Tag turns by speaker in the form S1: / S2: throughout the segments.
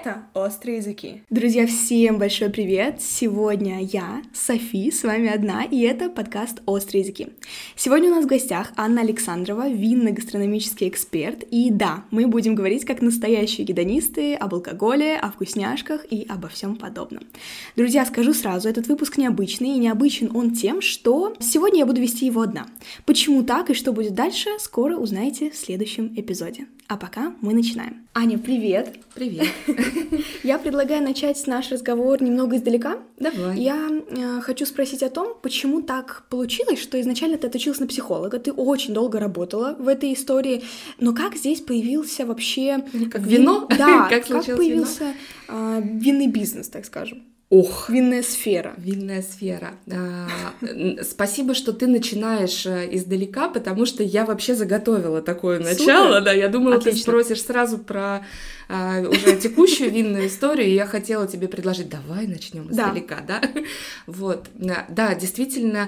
S1: Это «Острые языки».
S2: Друзья, всем большой привет! Сегодня я, Софи, с вами одна, и это подкаст «Острые языки». Сегодня у нас в гостях Анна Александрова, винно-гастрономический эксперт, и да, мы будем говорить как настоящие гедонисты об алкоголе, о вкусняшках и обо всем подобном. Друзья, скажу сразу, этот выпуск необычный, и необычен он тем, что сегодня я буду вести его одна. Почему так и что будет дальше, скоро узнаете в следующем эпизоде. А пока мы начинаем. Аня, привет!
S1: Привет!
S2: Я предлагаю начать наш разговор немного издалека.
S1: Давай.
S2: Я хочу спросить о том, почему так получилось, что изначально ты отучилась на психолога, ты очень долго работала в этой истории, но как здесь появился вообще...
S1: Как вино?
S2: Да,
S1: как
S2: появился винный бизнес, так скажем?
S1: Ох!
S2: Винная сфера.
S1: Винная сфера. Спасибо, что ты начинаешь издалека, потому что я вообще заготовила такое начало. Да, я думала,
S2: Отлично.
S1: Ты спросишь сразу про уже текущую винную историю, и я хотела тебе предложить, давай начнем издалека, да? Вот, да, действительно,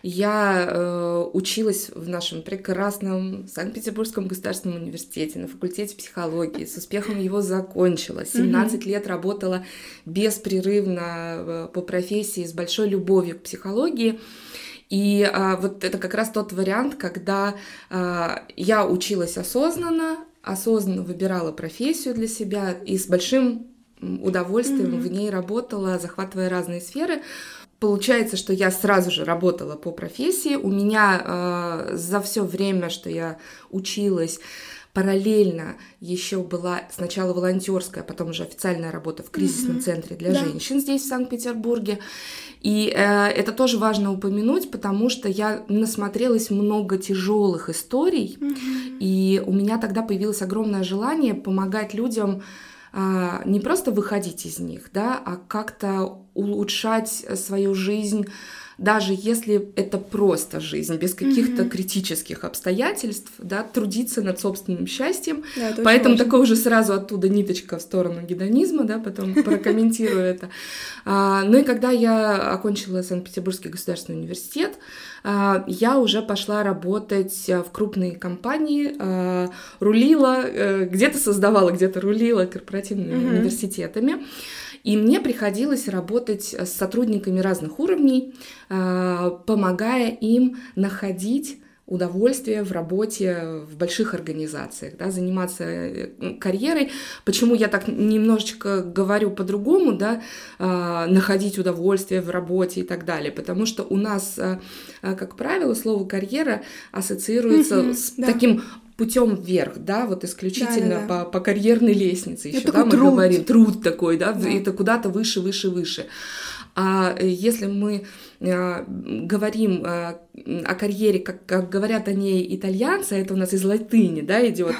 S1: я училась в нашем прекрасном Санкт-Петербургском государственном университете на факультете психологии, с успехом его закончила, 17 лет работала беспрерывно по профессии, с большой любовью к психологии. И вот это как раз тот вариант, когда я училась осознанно выбирала профессию для себя и с большим удовольствием в ней работала, захватывая разные сферы. Получается, что я сразу же работала по профессии. У меня за все время, что я училась, параллельно еще была сначала волонтерская, потом уже официальная работа в кризисном центре для женщин здесь, в Санкт-Петербурге. И это тоже важно упомянуть, потому что я насмотрелась много тяжелых историй, и у меня тогда появилось огромное желание помогать людям не просто выходить из них, да, а как-то улучшать свою жизнь, даже если это просто жизнь, без каких-то критических обстоятельств, да, трудиться над собственным счастьем.
S2: Да,
S1: поэтому такое уже сразу оттуда ниточка в сторону гедонизма, да, потом прокомментирую это. Ну и когда я окончила Санкт-Петербургский государственный университет, я уже пошла работать в крупные компании, рулила, где-то создавала, где-то рулила корпоративными университетами. И мне приходилось работать с сотрудниками разных уровней, помогая им находить удовольствие в работе в больших организациях, да, заниматься карьерой. Почему я так немножечко говорю по-другому, да, находить удовольствие в работе и так далее? Потому что у нас, как правило, слово «карьера» ассоциируется с таким путем вверх, да, вот исключительно по карьерной лестнице еще, да, мы говорим, труд такой, да, это куда-то выше, выше, выше. А если мы говорим о карьере, как говорят о ней итальянцы, это у нас из латыни, да, идет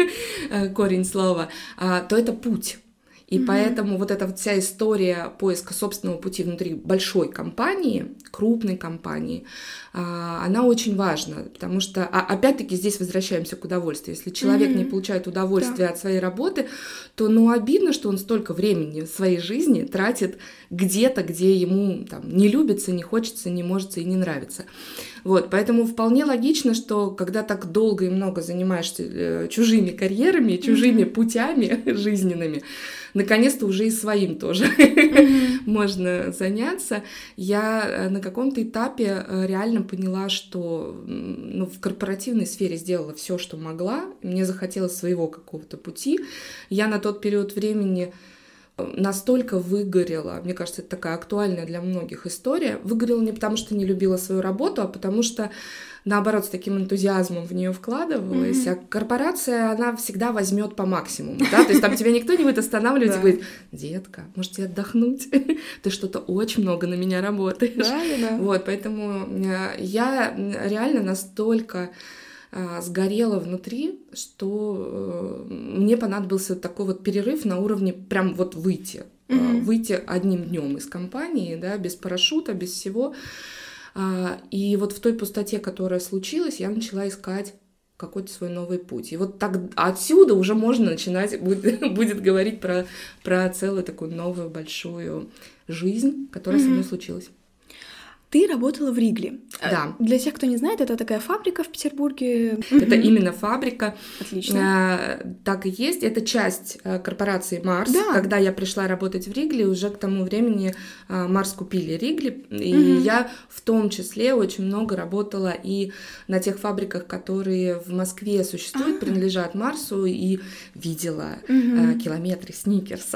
S1: корень слова, то это путь. И поэтому вот эта вот вся история поиска собственного пути внутри большой компании, крупной компании, она очень важна, потому что, опять-таки, здесь возвращаемся к удовольствию. Если человек не получает удовольствие от своей работы, то, обидно, что он столько времени в своей жизни тратит где-то, где ему там не любится, не хочется, не может и не нравится. Вот, поэтому вполне логично, что когда так долго и много занимаешься чужими карьерами, чужими путями жизненными, наконец-то уже и своим тоже можно заняться. Я на каком-то этапе реально поняла, что в корпоративной сфере сделала все, что могла. Мне захотелось своего какого-то пути. Я на тот период времени настолько выгорела, мне кажется, это такая актуальная для многих история, выгорела не потому, что не любила свою работу, а потому что, наоборот, с таким энтузиазмом в нее вкладывалась, а корпорация, она всегда возьмет по максимуму, да, то есть там тебя никто не будет останавливать и говорит: детка, может тебе отдохнуть, ты что-то очень много на меня работаешь, вот, поэтому я реально настолько сгорела внутри, что мне понадобился такой вот перерыв на уровне прям вот выйти одним днем из компании, да, без парашюта, без всего. И вот в той пустоте, которая случилась, я начала искать какой-то свой новый путь. И вот так отсюда уже можно начинать будет говорить про целую такую новую большую жизнь, которая со мной случилась.
S2: Ты работала в Ригле.
S1: Да.
S2: Для тех, кто не знает, это такая фабрика в Петербурге.
S1: Это именно фабрика.
S2: Отлично.
S1: Так и есть. Это часть корпорации Марс.
S2: Да.
S1: Когда я пришла работать в Ригле, уже к тому времени Марс купили Ригли. И я в том числе очень много работала и на тех фабриках, которые в Москве существуют, принадлежат Марсу, и видела километры сникерса.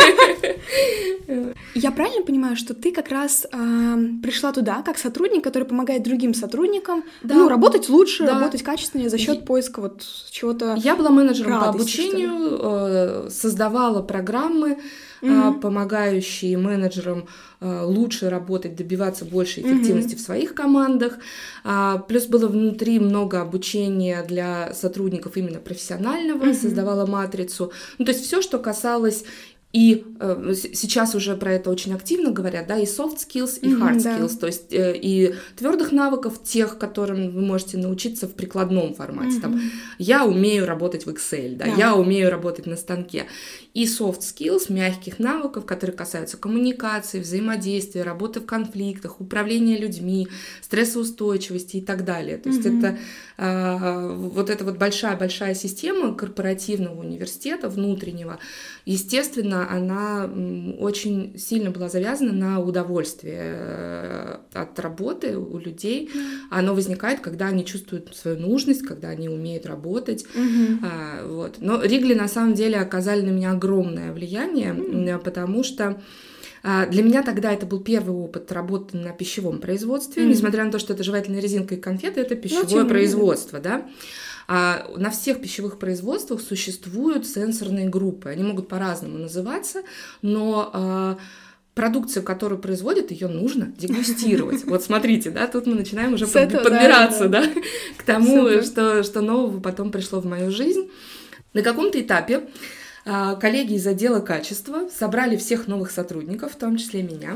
S2: Я правильно понимаю, что ты как раз пришла туда как сотрудник, который помогает другим сотрудникам работать лучше, работать качественнее за счет поиска вот чего-то.
S1: Я была менеджером
S2: радости,
S1: по обучению, создавала программы, помогающие менеджерам лучше работать, добиваться большей эффективности в своих командах. Плюс было внутри много обучения для сотрудников именно профессионального, создавала матрицу. Ну, то есть все, что касалось. И сейчас уже про это очень активно говорят, да, и soft skills, и hard skills, то есть и твердых навыков, тех, которым вы можете научиться в прикладном формате. Там, я умею работать в Excel, да, я умею работать на станке. И soft skills, мягких навыков, которые касаются коммуникации, взаимодействия, работы в конфликтах, управления людьми, стрессоустойчивости и так далее. То есть это вот эта вот большая-большая система корпоративного университета внутреннего, естественно, она очень сильно была завязана на удовольствие от работы у людей. Оно возникает, когда они чувствуют свою нужность, когда они умеют работать. Вот. Но Ригли на самом деле оказали на меня огромное влияние, потому что для меня тогда это был первый опыт работы на пищевом производстве. Несмотря на то, что это жевательная резинка и конфеты, это пищевое производство, да. А на всех пищевых производствах существуют сенсорные группы. Они могут по-разному называться, но продукцию, которую производят, ее нужно дегустировать. Вот смотрите, да, тут мы начинаем уже подбираться, да, к тому, что нового потом пришло в мою жизнь. На каком-то этапе коллеги из отдела качества собрали всех новых сотрудников, в том числе меня,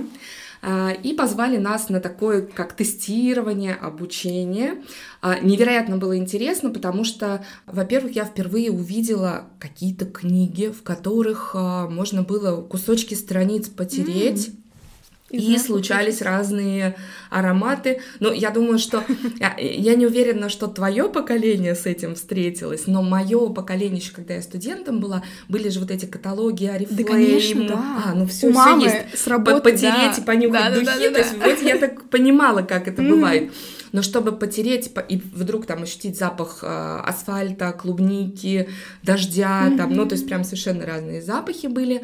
S1: и позвали нас на такое, как тестирование, обучение. Невероятно было интересно, потому что, во-первых, я впервые увидела какие-то книги, в которых можно было кусочки страниц потереть, и случались разные ароматы. Но я думаю, что... Я не уверена, что твое поколение с этим встретилось, но мое поколение, еще когда я студентом была, были же вот эти каталоги Oriflame.
S2: Да, конечно, да.
S1: Ну все,
S2: у мамы
S1: есть.
S2: С работы,
S1: потереть и понюхать духи. То есть вот я так понимала, как это бывает. Но чтобы потереть и вдруг там ощутить запах асфальта, клубники, дождя, там, ну, то есть прям совершенно разные запахи были.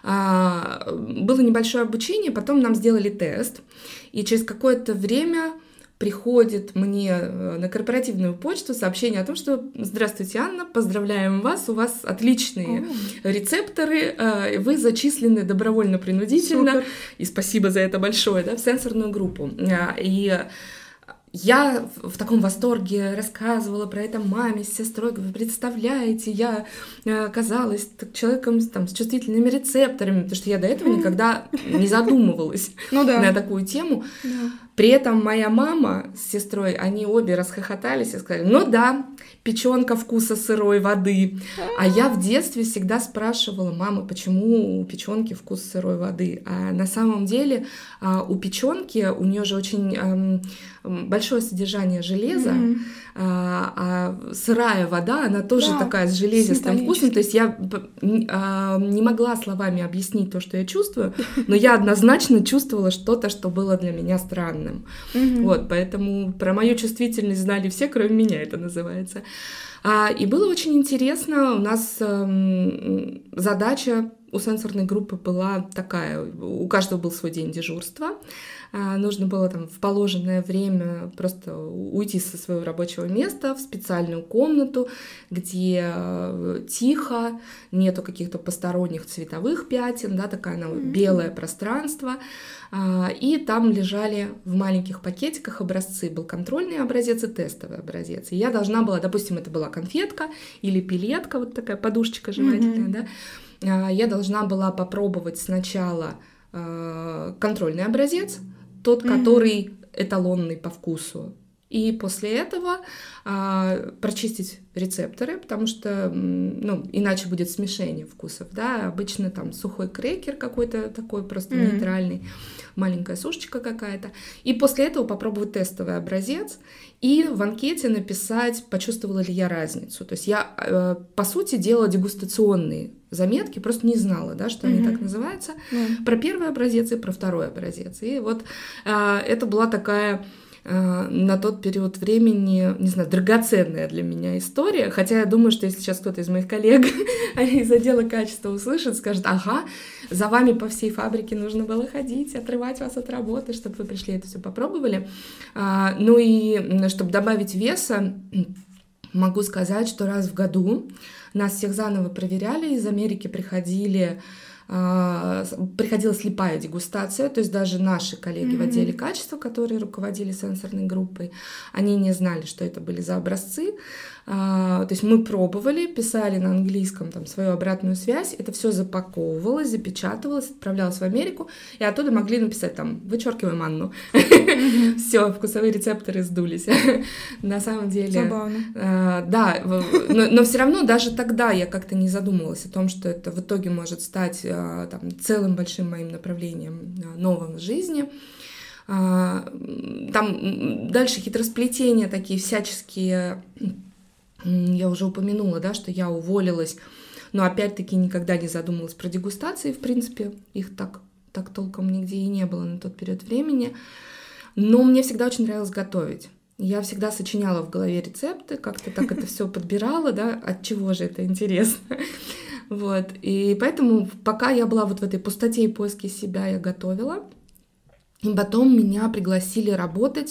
S1: Было небольшое обучение, потом нам сделали тест, и через какое-то время приходит мне на корпоративную почту сообщение о том, что «Здравствуйте, Анна, поздравляем вас, у вас отличные рецепторы, вы зачислены добровольно-принудительно, и спасибо за это большое, да, в сенсорную группу». И я в таком восторге рассказывала про это маме с сестрой. Вы представляете, я оказалась человеком там, с чувствительными рецепторами, потому что я до этого никогда не задумывалась на такую тему. При этом моя мама с сестрой, они обе расхохотались и сказали: ну да, печенка вкуса сырой воды. А я в детстве всегда спрашивала: мама, почему у печенки вкус сырой воды? А на самом деле у печенки, у нее же очень большое содержание железа, а сырая вода, она тоже такая с железистым вкусом. То есть я не могла словами объяснить то, что я чувствую, но я однозначно чувствовала что-то, что было для меня странным. Вот, поэтому про мою чувствительность знали все, кроме меня, это называется. И было очень интересно. У нас задача у сенсорной группы была такая: у каждого был свой день дежурства. Нужно было там в положенное время просто уйти со своего рабочего места в специальную комнату, где тихо, нету каких-то посторонних цветовых пятен, да, такое белое пространство. И там лежали в маленьких пакетиках образцы. Был контрольный образец и тестовый образец. И я должна была, допустим, это была конфетка или пилетка, вот такая подушечка жевательная, да, я должна была попробовать сначала контрольный образец, тот, который эталонный по вкусу, И после этого прочистить рецепторы, потому что, иначе будет смешение вкусов, да, обычно там сухой крекер какой-то такой, просто нейтральный, маленькая сушечка какая-то, и после этого попробовать тестовый образец и в анкете написать, почувствовала ли я разницу. То есть я, по сути, делала дегустационные заметки, просто не знала, да, что они так называются, про первый образец и про второй образец. И вот это была такая на тот период времени, не знаю, драгоценная для меня история, хотя я думаю, что если сейчас кто-то из моих коллег из отдела качества услышит, скажет: ага, за вами по всей фабрике нужно было ходить, отрывать вас от работы, чтобы вы пришли это все попробовали. Ну и чтобы добавить веса, могу сказать, что раз в году нас всех заново проверяли, из Америки приходила слепая дегустация, то есть даже наши коллеги в отделе качества, которые руководили сенсорной группой, они не знали, что это были за образцы. То есть мы пробовали, писали на английском там свою обратную связь, это все запаковывалось, запечатывалось, отправлялось в Америку, и оттуда могли написать там: вычеркиваем Анну. Все, вкусовые рецепторы сдулись. На самом деле...
S2: Забавно.
S1: Да, но все равно даже тогда я как-то не задумывалась о том, что это в итоге может стать там целым большим моим направлением новым в жизни. Там дальше хитросплетения такие всяческие. Я уже упомянула, да, что я уволилась, но опять-таки никогда не задумывалась про дегустации, в принципе, их так толком нигде и не было на тот период времени. Но мне всегда очень нравилось готовить. Я всегда сочиняла в голове рецепты, как-то так это все подбирала, да, от чего же это интересно. Вот, и поэтому пока я была вот в этой пустоте и поиске себя, я готовила. И потом меня пригласили работать.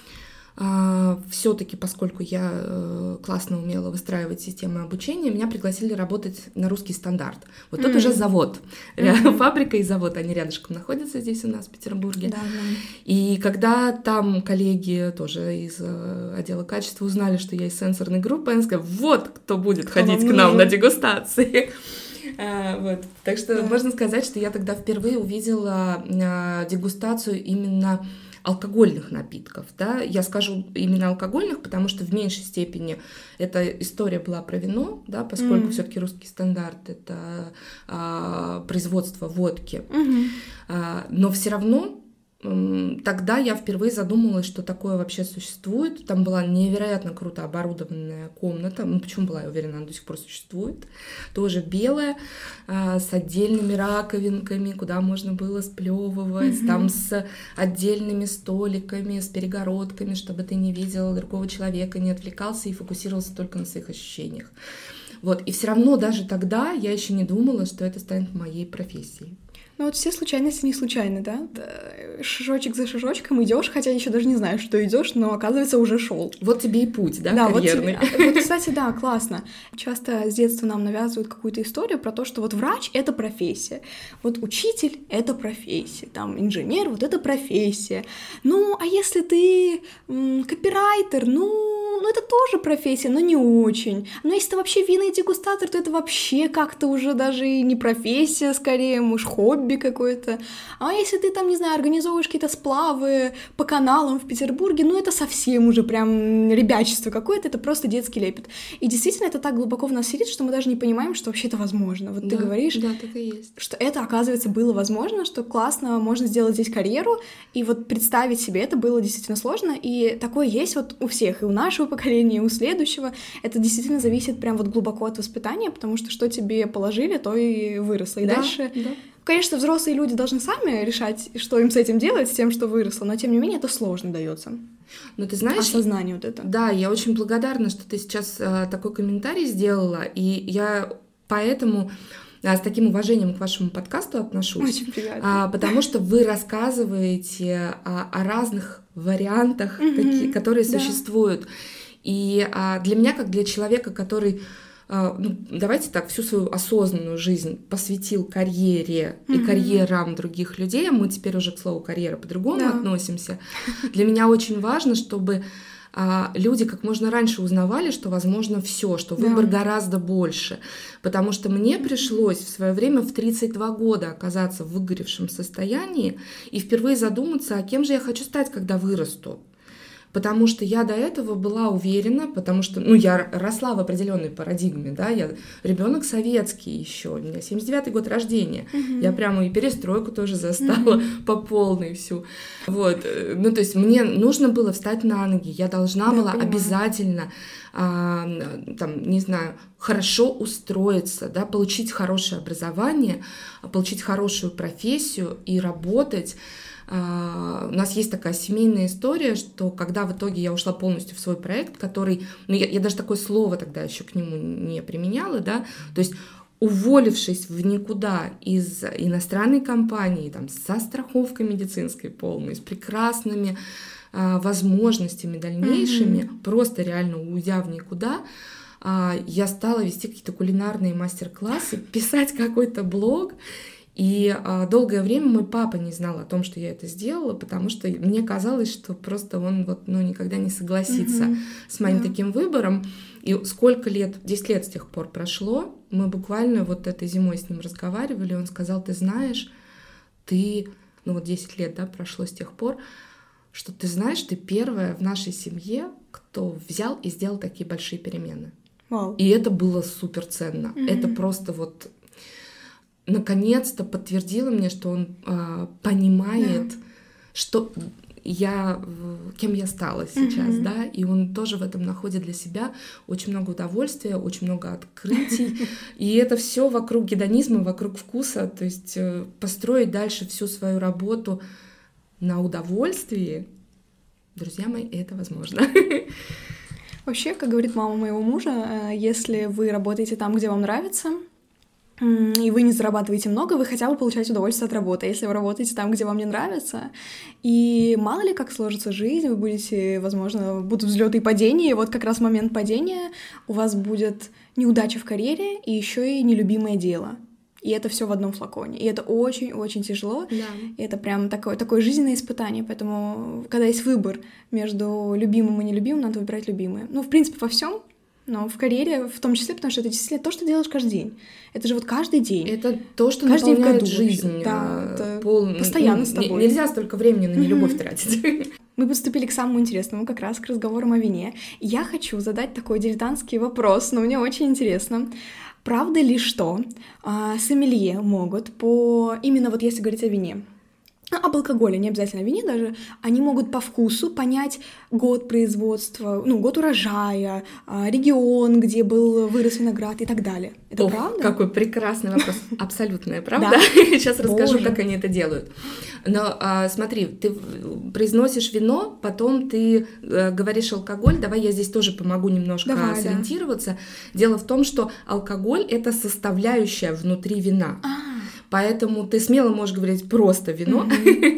S1: Все-таки, поскольку я классно умела выстраивать системы обучения, меня пригласили работать на русский стандарт. Вот тут уже завод, фабрика и завод, они рядышком находятся здесь у нас в Петербурге.
S2: Да.
S1: И когда там коллеги тоже из отдела качества узнали, что я из сенсорной группы, они сказали: вот кто будет ходить к нам на дегустации. Вот. Так что можно сказать, что я тогда впервые увидела дегустацию именно алкогольных напитков, да, я скажу именно алкогольных, потому что в меньшей степени эта история была про вино, да, поскольку все-таки русский стандарт — это производство водки, но все равно тогда я впервые задумалась, что такое вообще существует. Там была невероятно круто оборудованная комната. Почему была, я уверена, она до сих пор существует. Тоже белая, с отдельными раковинками, куда можно было сплевывать, там с отдельными столиками, с перегородками, чтобы ты не видел другого человека, не отвлекался и фокусировался только на своих ощущениях. Вот. И все равно даже тогда я еще не думала, что это станет моей профессией.
S2: Ну вот все случайности не случайны, да? Шажочек за шажочком идешь, хотя еще даже не знаешь, что идешь, но оказывается уже шел.
S1: Вот тебе и путь, да, карьерный.
S2: Вот, кстати, да, классно. Часто с детства нам навязывают какую-то историю про то, что вот врач — это профессия, вот учитель — это профессия, там инженер — вот это профессия. Ну, а если ты копирайтер, ну, это тоже профессия, но не очень. Но если ты вообще винный дегустатор, то это вообще как-то уже даже и не профессия, скорее, может, хобби какое-то. А если ты там, не знаю, организовываешь какие-то сплавы по каналам в Петербурге, ну это совсем уже прям ребячество какое-то, это просто детский лепет. И действительно это так глубоко в нас сидит, что мы даже не понимаем, что вообще это возможно. Вот ты говоришь,
S1: да, так и есть.
S2: Что это, оказывается, было возможно, что классно, можно сделать здесь карьеру, и вот представить себе это было действительно сложно, и такое есть вот у всех, и у нашего поколения, и у следующего. Это действительно зависит прям вот глубоко от воспитания, потому что тебе положили, то и выросло. И дальше... Да. Конечно, взрослые люди должны сами решать, что им с этим делать, с тем, что выросло, но тем не менее это сложно дается.
S1: Но ты знаешь,
S2: осознание вот это.
S1: Да, я очень благодарна, что ты сейчас такой комментарий сделала, и я поэтому с таким уважением к вашему подкасту отношусь.
S2: Очень приятно.
S1: Потому что вы рассказываете о разных вариантах, которые существуют. И для меня, как для человека, который... давайте так, всю свою осознанную жизнь посвятил карьере и карьерам других людей, а мы теперь уже к слову карьера по-другому относимся. Для меня очень важно, чтобы люди как можно раньше узнавали, что возможно все, что выбор гораздо больше. Потому что мне пришлось в свое время в 32 года оказаться в выгоревшем состоянии и впервые задуматься, а кем же я хочу стать, когда вырасту. потому что я до этого была уверена, потому что, ну, я росла в определенной парадигме, да, я ребенок советский еще, у меня 79-й год рождения, я прямо и перестройку тоже застала по полной всю, вот, ну, то есть мне нужно было встать на ноги, я должна была обязательно, там, не знаю, хорошо устроиться, да, получить хорошее образование, получить хорошую профессию и работать. У нас есть такая семейная история, что когда в итоге я ушла полностью в свой проект, который, ну, я даже такое слово тогда еще к нему не применяла, да, то есть уволившись в никуда из иностранной компании, там, со страховкой медицинской полной, с прекрасными возможностями дальнейшими, просто реально уйдя в никуда, я стала вести какие-то кулинарные мастер-классы, писать какой-то блог. И долгое время мой папа не знал о том, что я это сделала, потому что мне казалось, что просто он вот, ну, никогда не согласится с моим таким выбором. И сколько лет, 10 лет с тех пор прошло, мы буквально вот этой зимой с ним разговаривали, он сказал: ты знаешь, ты, ну вот 10 лет, да, прошло с тех пор, что ты знаешь, ты первая в нашей семье, кто взял и сделал такие большие перемены.
S2: Вау.
S1: И это было суперценно. Это просто вот наконец-то подтвердило мне, что он понимает, что я, кем я стала сейчас, да, и он тоже в этом находит для себя очень много удовольствия, очень много открытий, и это все вокруг гедонизма, вокруг вкуса, то есть построить дальше всю свою работу на удовольствии, друзья мои, это возможно.
S2: Вообще, как говорит мама моего мужа, если вы работаете там, где вам нравится, и вы не зарабатываете много, вы хотя бы получаете удовольствие от работы. Если вы работаете там, где вам не нравится, и мало ли как сложится жизнь, вы будете, возможно, будут взлеты и падения, и вот как раз в момент падения у вас будет неудача в карьере и еще и нелюбимое дело. И это все в одном флаконе. И это очень-очень тяжело.
S1: Да.
S2: И это прям такое жизненное испытание. Поэтому, когда есть выбор между любимым и нелюбимым, надо выбирать любимое. Ну, в принципе, во всем. Но в карьере в том числе, потому что это действительно то, что делаешь каждый день. Это же вот каждый день.
S1: Это то, что
S2: каждый
S1: наполняет
S2: день
S1: жизнь.
S2: Да, это постоянно с тобой.
S1: Нельзя столько времени на нелюбовь тратить.
S2: Мы подступили к самому интересному, как раз к разговорам о вине. Я хочу задать такой дилетантский вопрос, но мне очень интересно. Правда ли, что сомелье могут именно вот если говорить о вине, об алкоголе, не обязательно о вине даже, они могут по вкусу понять год производства, ну, год урожая, регион, где вырос виноград и так далее. Это правда?
S1: Какой прекрасный вопрос. Абсолютная правда. Сейчас расскажу, как они это делают. Но смотри, ты произносишь вино, потом ты говоришь алкоголь. Давай я здесь тоже помогу немножко сориентироваться. Дело в том, что алкоголь — это составляющая внутри вина. Поэтому ты смело можешь говорить просто вино.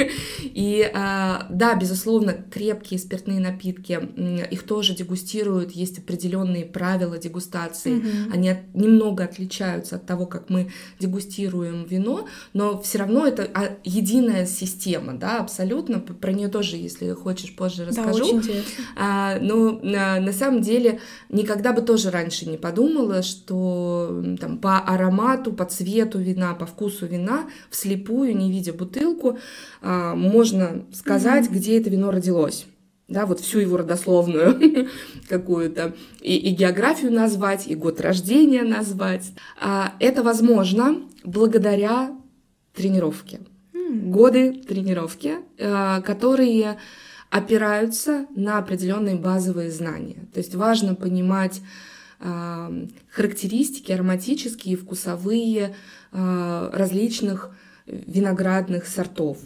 S1: И да, безусловно, крепкие спиртные напитки, их тоже дегустируют, есть определенные правила дегустации. Они немного отличаются от того, как мы дегустируем вино, но все равно это единая система, да, абсолютно. Про нее тоже, если хочешь, позже расскажу.
S2: Да, очень интересно.
S1: Но на самом деле никогда бы тоже раньше не подумала, что там, по аромату, по цвету вина, по вкусу вина, вслепую, не видя бутылку, можно сказать, где это вино родилось. Да, вот всю его родословную какую-то, и географию назвать, и год рождения назвать. Это возможно благодаря тренировке. Годы тренировки, которые опираются на определенные базовые знания. То есть важно понимать характеристики ароматические и вкусовые различных виноградных сортов.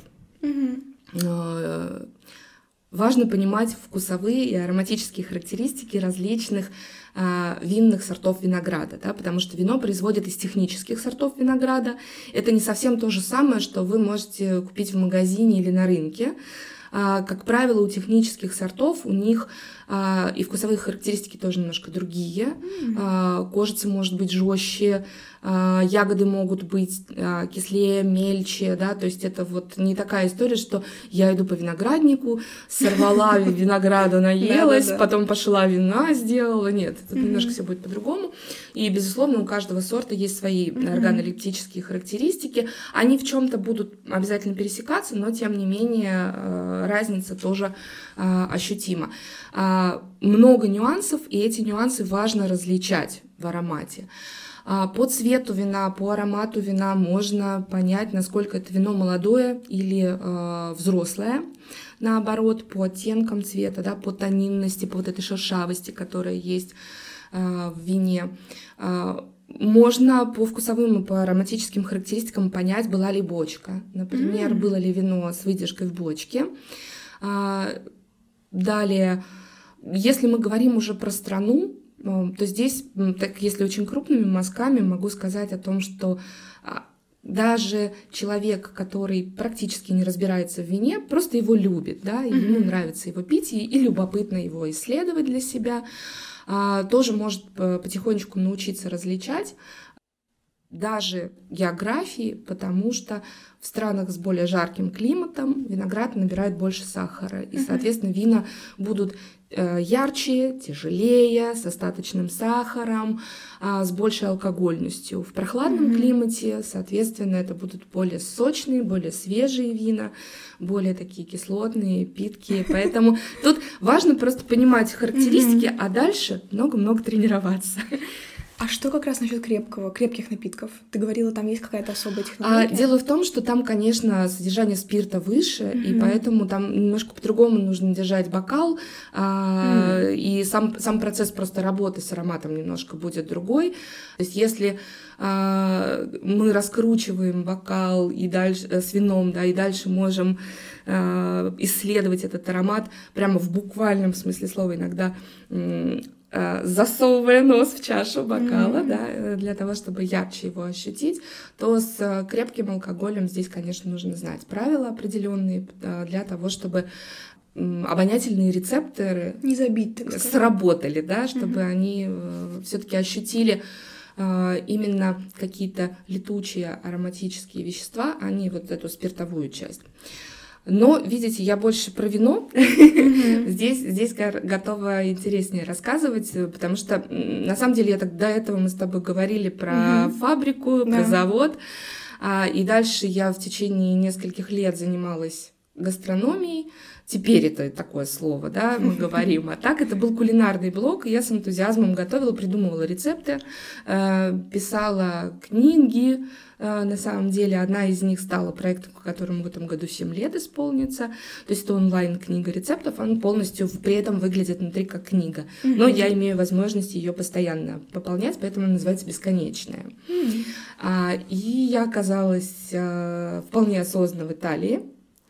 S1: Важно понимать вкусовые и ароматические характеристики различных винных сортов винограда, да, потому что вино производят из технических сортов винограда. Это не совсем то же самое, что вы можете купить в магазине или на рынке. Как правило, у технических сортов у них и вкусовые характеристики тоже немножко другие. Кожица может быть жестче, ягоды могут быть кислее, мельче, да, то есть это вот не такая история, что я иду по винограднику, сорвала винограда, наелась, потом пошла вина сделала. Нет, это немножко все будет по-другому. И, безусловно, у каждого сорта есть свои органолептические характеристики. Они в чем-то будут обязательно пересекаться, но, тем не менее, разница тоже ощутима. Много нюансов, и эти нюансы важно различать в аромате. По цвету вина, по аромату вина можно понять, насколько это вино молодое или взрослое. Наоборот, по оттенкам цвета, да, по тонинности, по вот этой шершавости, которая есть в вине. Можно по вкусовым и по ароматическим характеристикам понять, была ли бочка. Например, было ли вино с выдержкой в бочке. Далее, если мы говорим уже про страну, то здесь, так, если очень крупными мазками, могу сказать о том, что даже человек, который практически не разбирается в вине, просто его любит, да, и ему нравится его пить, и любопытно его исследовать для себя, тоже может потихонечку научиться различать даже географии, потому что в странах с более жарким климатом виноград набирает больше сахара, и, соответственно, вина будут ярче, тяжелее, с остаточным сахаром, с большей алкогольностью. В прохладном климате, соответственно, это будут более сочные, более свежие вина, более такие кислотные, питкие. Поэтому тут важно просто понимать характеристики, а дальше много-много тренироваться.
S2: А что как раз насчет крепких напитков? Ты говорила, там есть какая-то особая технология?
S1: Дело в том, что там, конечно, содержание спирта выше, и поэтому там немножко по-другому нужно держать бокал, и сам процесс просто работы с ароматом немножко будет другой. То есть если мы раскручиваем бокал и дальше, с вином, да, и дальше можем исследовать этот аромат прямо в буквальном смысле слова, иногда засовывая нос в чашу бокала, да, для того, чтобы ярче его ощутить, то с крепким алкоголем здесь, конечно, нужно знать правила определенные для того, чтобы обонятельные рецепторы
S2: не забить, так сказать,
S1: сработали, да, чтобы они все-таки ощутили именно какие-то летучие ароматические вещества, а не вот эту спиртовую часть. Но, видите, я больше про вино. Здесь готова интереснее рассказывать, потому что, на самом деле, до этого мы с тобой говорили про фабрику, про завод, и дальше я в течение нескольких лет занималась гастрономией. Теперь это такое слово, да, мы говорим. А так это был кулинарный блог, и я с энтузиазмом готовила, придумывала рецепты, писала книги. На самом деле, одна из них стала проектом, которому в этом году 7 лет исполнится. То есть это онлайн-книга рецептов, она полностью при этом выглядит внутри как книга. Но я имею возможность ее постоянно пополнять, поэтому она называется «Бесконечная». И я оказалась вполне осознанно в Италии.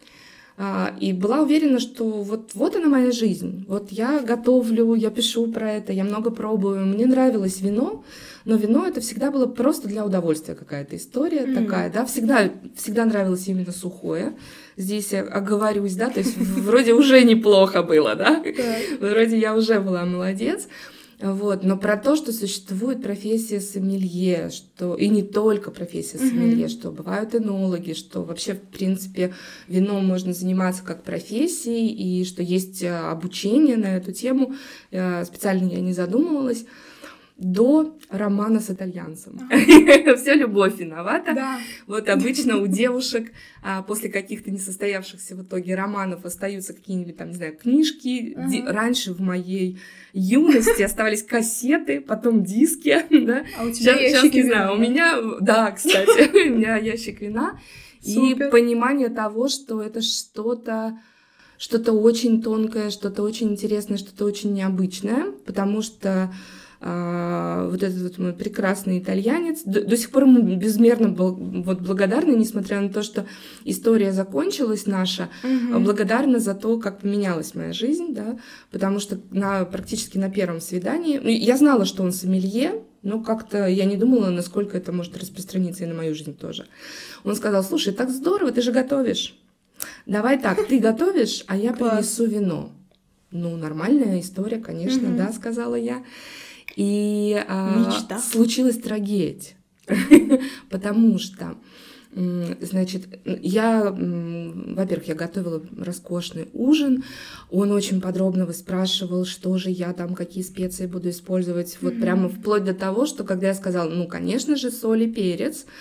S1: И была уверена, что вот она моя жизнь. Вот я готовлю, я пишу про это, я много пробую. Мне нравилось вино, но вино это всегда было просто для удовольствия какая-то история такая, да. Всегда нравилось именно сухое. Здесь я оговорюсь, да, то есть вроде уже неплохо было, да. Вроде я уже была молодец. Вот. Но про то, что существует профессия сомелье, что и не только профессия сомелье, что бывают энологи, что вообще, в принципе, вином можно заниматься как профессией, и что есть обучение на эту тему, специально я не задумывалась, до романа с итальянцем. Все любовь виновата.
S2: Да.
S1: Вот обычно у девушек после каких-то несостоявшихся в итоге романов остаются какие-нибудь там, не знаю, книжки. Раньше в моей юности оставались кассеты, потом диски. Да?
S2: А у тебя
S1: сейчас не знаю, у меня, да, кстати, у меня ящик вина.
S2: Супер.
S1: И понимание того, что это что-то очень тонкое, что-то очень интересное, что-то очень необычное, потому что вот этот вот мой прекрасный итальянец. До сих пор ему безмерно благодарна, несмотря на то, что история закончилась наша, благодарна за то, как поменялась моя жизнь, да, потому что практически на первом свидании, я знала, что он сомелье, но как-то я не думала, насколько это может распространиться и на мою жизнь тоже. Он сказал: слушай, так здорово, ты же готовишь. Давай так, ты готовишь, а я принесу вино. Ну, нормальная история, конечно, да, сказала я. И случилась трагедия, потому что, значит, во-первых, я готовила роскошный ужин, он очень подробно выспрашивал, что же я там, какие специи буду использовать, вот прямо вплоть до того, что когда я сказала, ну, конечно же, соль и перец,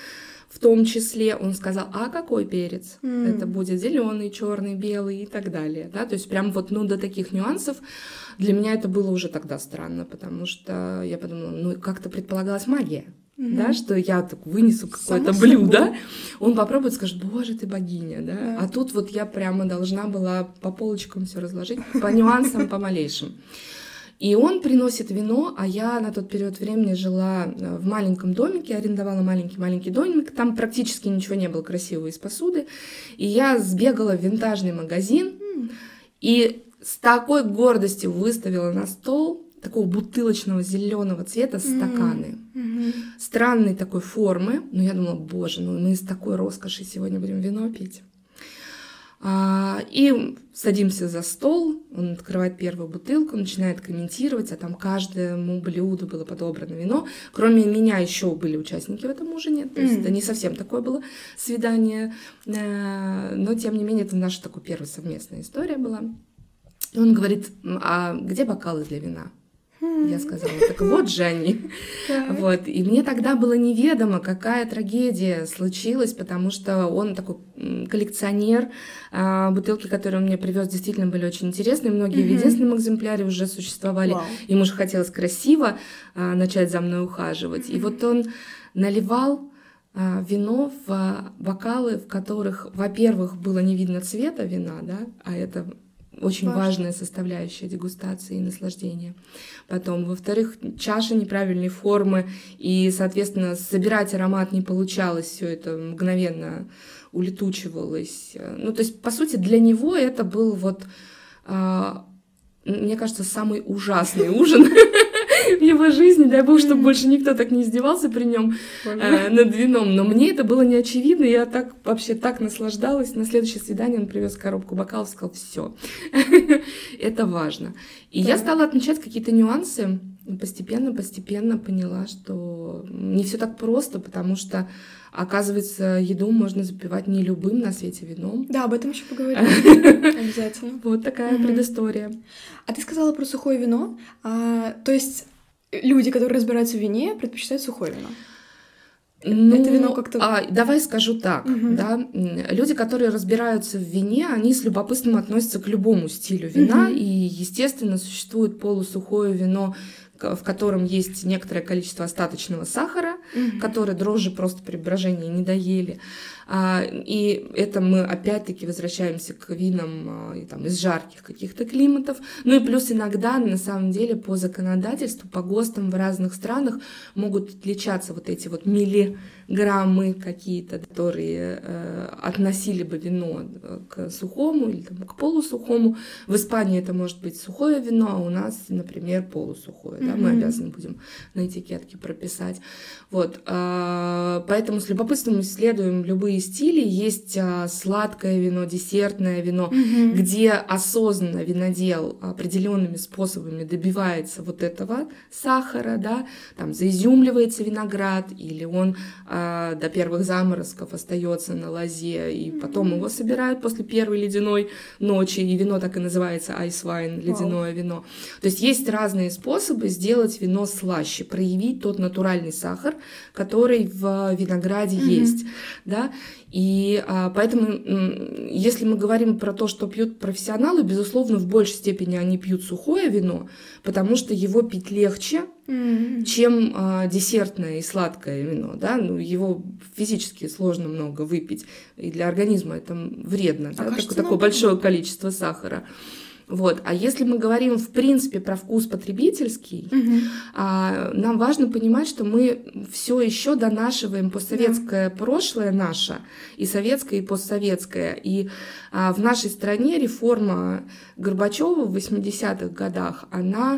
S1: в том числе, он сказал, а какой перец? Это будет зеленый, черный, белый и так далее. Да? То есть прям вот до таких нюансов для меня это было уже тогда странно, потому что я подумала, как-то предполагалась магия. Да, что я так вынесу какое-то блюдо, он попробует, скажет, боже, ты богиня, да? А тут вот я прямо должна была по полочкам все разложить, по нюансам, по малейшим. И он приносит вино, а я на тот период времени жила в маленьком домике, арендовала маленький домик, там практически ничего не было красивого из посуды, и я сбегала в винтажный магазин и с такой гордостью выставила на стол такого бутылочного зеленого цвета стаканы. Странной такой формы. Но я думала, боже, мы из такой роскоши сегодня будем вино пить. И садимся за стол, он открывает первую бутылку, начинает комментировать, а там каждому блюду было подобрано вино. Кроме меня еще были участники в этом ужине, то есть это не совсем такое было свидание, но тем не менее это наша такая первая совместная история была. И он говорит, а где бокалы для вина? Я сказала, так вот же они. Вот. И мне тогда было неведомо, какая трагедия случилась, потому что он такой коллекционер. Бутылки, которые он мне привез, действительно были очень интересные. Многие в единственном экземпляре уже существовали. Ему же хотелось красиво начать за мной ухаживать. И вот он наливал вино в бокалы, в которых, во-первых, было не видно цвета вина, да, а это очень важная составляющая дегустации и наслаждения. Потом, во-вторых, чаша неправильной формы, и, соответственно, собирать аромат не получалось, все это мгновенно улетучивалось. То есть, по сути, для него это был мне кажется, самый ужасный ужин в его жизни. Дай бог, чтобы больше никто так не издевался при нем над вином. Но мне это было не очевидно. Я вообще так наслаждалась. На следующее свидание он привез коробку бокалов и сказал, все, это важно. И я стала отмечать какие-то нюансы. Постепенно поняла, что не все так просто, потому что, оказывается, еду можно запивать не любым на свете вином.
S2: Да, об этом еще поговорим. Обязательно.
S1: Вот такая предыстория.
S2: А ты сказала про сухое вино. То есть люди, которые разбираются в вине, предпочитают сухое вино? Это вино как-то...
S1: Давай скажу так, да, люди, которые разбираются в вине, они с любопытством относятся к любому стилю вина, и, естественно, существует полусухое вино, в котором есть некоторое количество остаточного сахара, который дрожжи просто при брожении не доели. И это мы опять-таки возвращаемся к винам из жарких каких-то климатов. Ну и плюс иногда, на самом деле, по законодательству, по ГОСТам в разных странах могут отличаться вот эти вот миллиграммы какие-то, которые относили бы вино к сухому или к полусухому. В Испании это может быть сухое вино, а у нас, например, полусухое. Да? Мы обязаны будем на этикетке прописать. Вот. Поэтому с любопытством исследуем любые стили. Есть сладкое вино, десертное вино, где осознанно винодел определенными способами добивается вот этого сахара, да, там заизюмливается виноград, или он до первых заморозков остается на лозе, и потом его собирают после первой ледяной ночи, и вино так и называется ice wine, ледяное вино. То есть есть разные способы сделать вино слаще, проявить тот натуральный сахар, который в винограде есть, да. И поэтому, если мы говорим про то, что пьют профессионалы, безусловно, в большей степени они пьют сухое вино, потому что его пить легче, чем десертное и сладкое вино. Да? Его физически сложно много выпить, и для организма это вредно, такое большое количество сахара. Вот. А если мы говорим, в принципе, про вкус потребительский, нам важно понимать, что мы все еще донашиваем постсоветское прошлое наше, и советское, и постсоветское. И в нашей стране реформа Горбачева в 80-х годах, она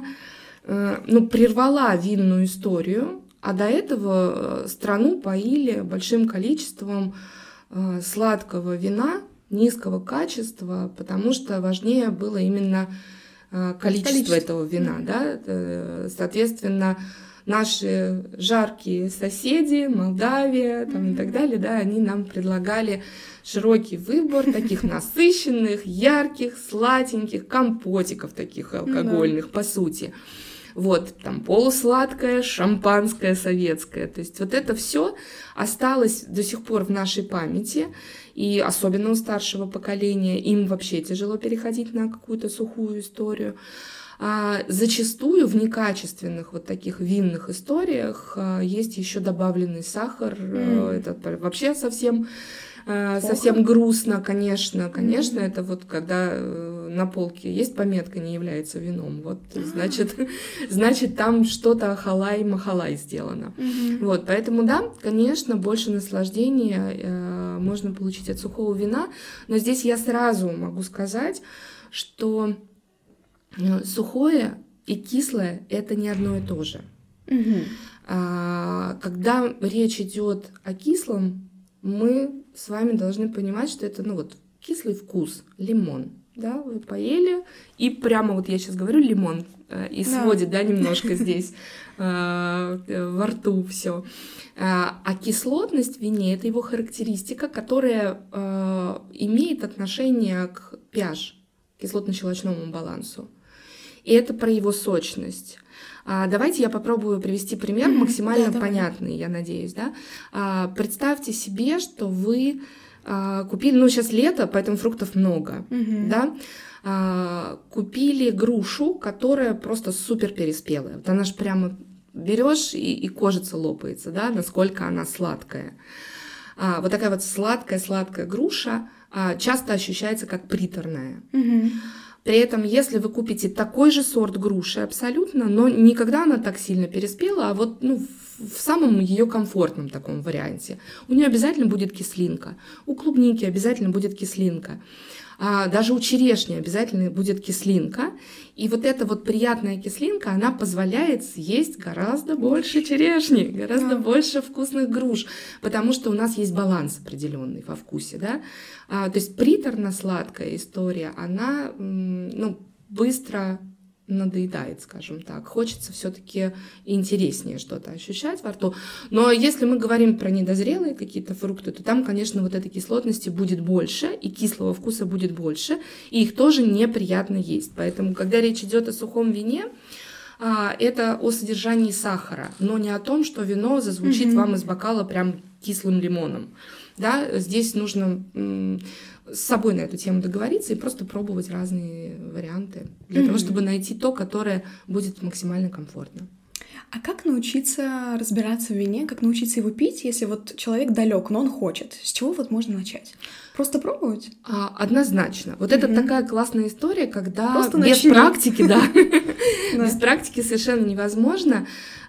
S1: прервала винную историю, а до этого страну поили большим количеством сладкого вина, низкого качества, потому что важнее было именно количество этого вина. Да? Соответственно, наши жаркие соседи, Молдавия и так далее, да, они нам предлагали широкий выбор таких насыщенных, ярких, сладеньких компотиков таких алкогольных, по сути. Вот, там полусладкое, шампанское советское. То есть вот это все осталось до сих пор в нашей памяти. И особенно у старшего поколения им вообще тяжело переходить на какую-то сухую историю. А зачастую в некачественных вот таких винных историях есть еще добавленный сахар. Это вообще совсем грустно, конечно. Конечно, это вот когда на полке есть пометка «не является вином». Вот, значит, там что-то ахалай-махалай сделано. Вот, поэтому, да, конечно, больше наслаждения можно получить от сухого вина. Но здесь я сразу могу сказать, что сухое и кислое – это не одно и то же. Когда речь идет о кислом, мы с вами должны понимать, что это, кислый вкус, лимон, да, вы поели, и прямо вот я сейчас говорю лимон, и сводит, да, немножко здесь во рту все. А кислотность в вине – это его характеристика, которая имеет отношение к pH, кислотно-щелочному балансу. И это про его сочность. Давайте я попробую привести пример максимально понятный, я надеюсь. Да? Представьте себе, что вы купили, сейчас лето, поэтому фруктов много, да? Купили грушу, которая просто супер переспелая. Вот она же прямо берешь и кожица лопается, да, насколько она сладкая. Вот такая вот сладкая груша часто ощущается как приторная. При этом, если вы купите такой же сорт груши абсолютно, но не когда она так сильно переспела, а вот в самом ее комфортном таком варианте, у нее обязательно будет кислинка, у клубники обязательно будет кислинка, даже у черешни обязательно будет кислинка. И вот эта вот приятная кислинка, она позволяет съесть гораздо больше черешни, гораздо больше вкусных груш, потому что у нас есть баланс определенный во вкусе, да. То есть приторно-сладкая история, она быстро надоедает, скажем так. Хочется все-таки интереснее что-то ощущать во рту. Но если мы говорим про недозрелые какие-то фрукты, то там, конечно, вот этой кислотности будет больше, и кислого вкуса будет больше, и их тоже неприятно есть. Поэтому, когда речь идет о сухом вине, это о содержании сахара, но не о том, что вино зазвучит вам из бокала прям кислым лимоном. Да? Здесь нужно с собой на эту тему договориться и просто пробовать разные варианты для того, чтобы найти то, которое будет максимально комфортно.
S2: А как научиться разбираться в вине, как научиться его пить, если вот человек далек, но он хочет? С чего вот можно начать? Просто пробовать?
S1: Однозначно. Вот это такая классная история, когда без практики, да, без практики совершенно невозможно.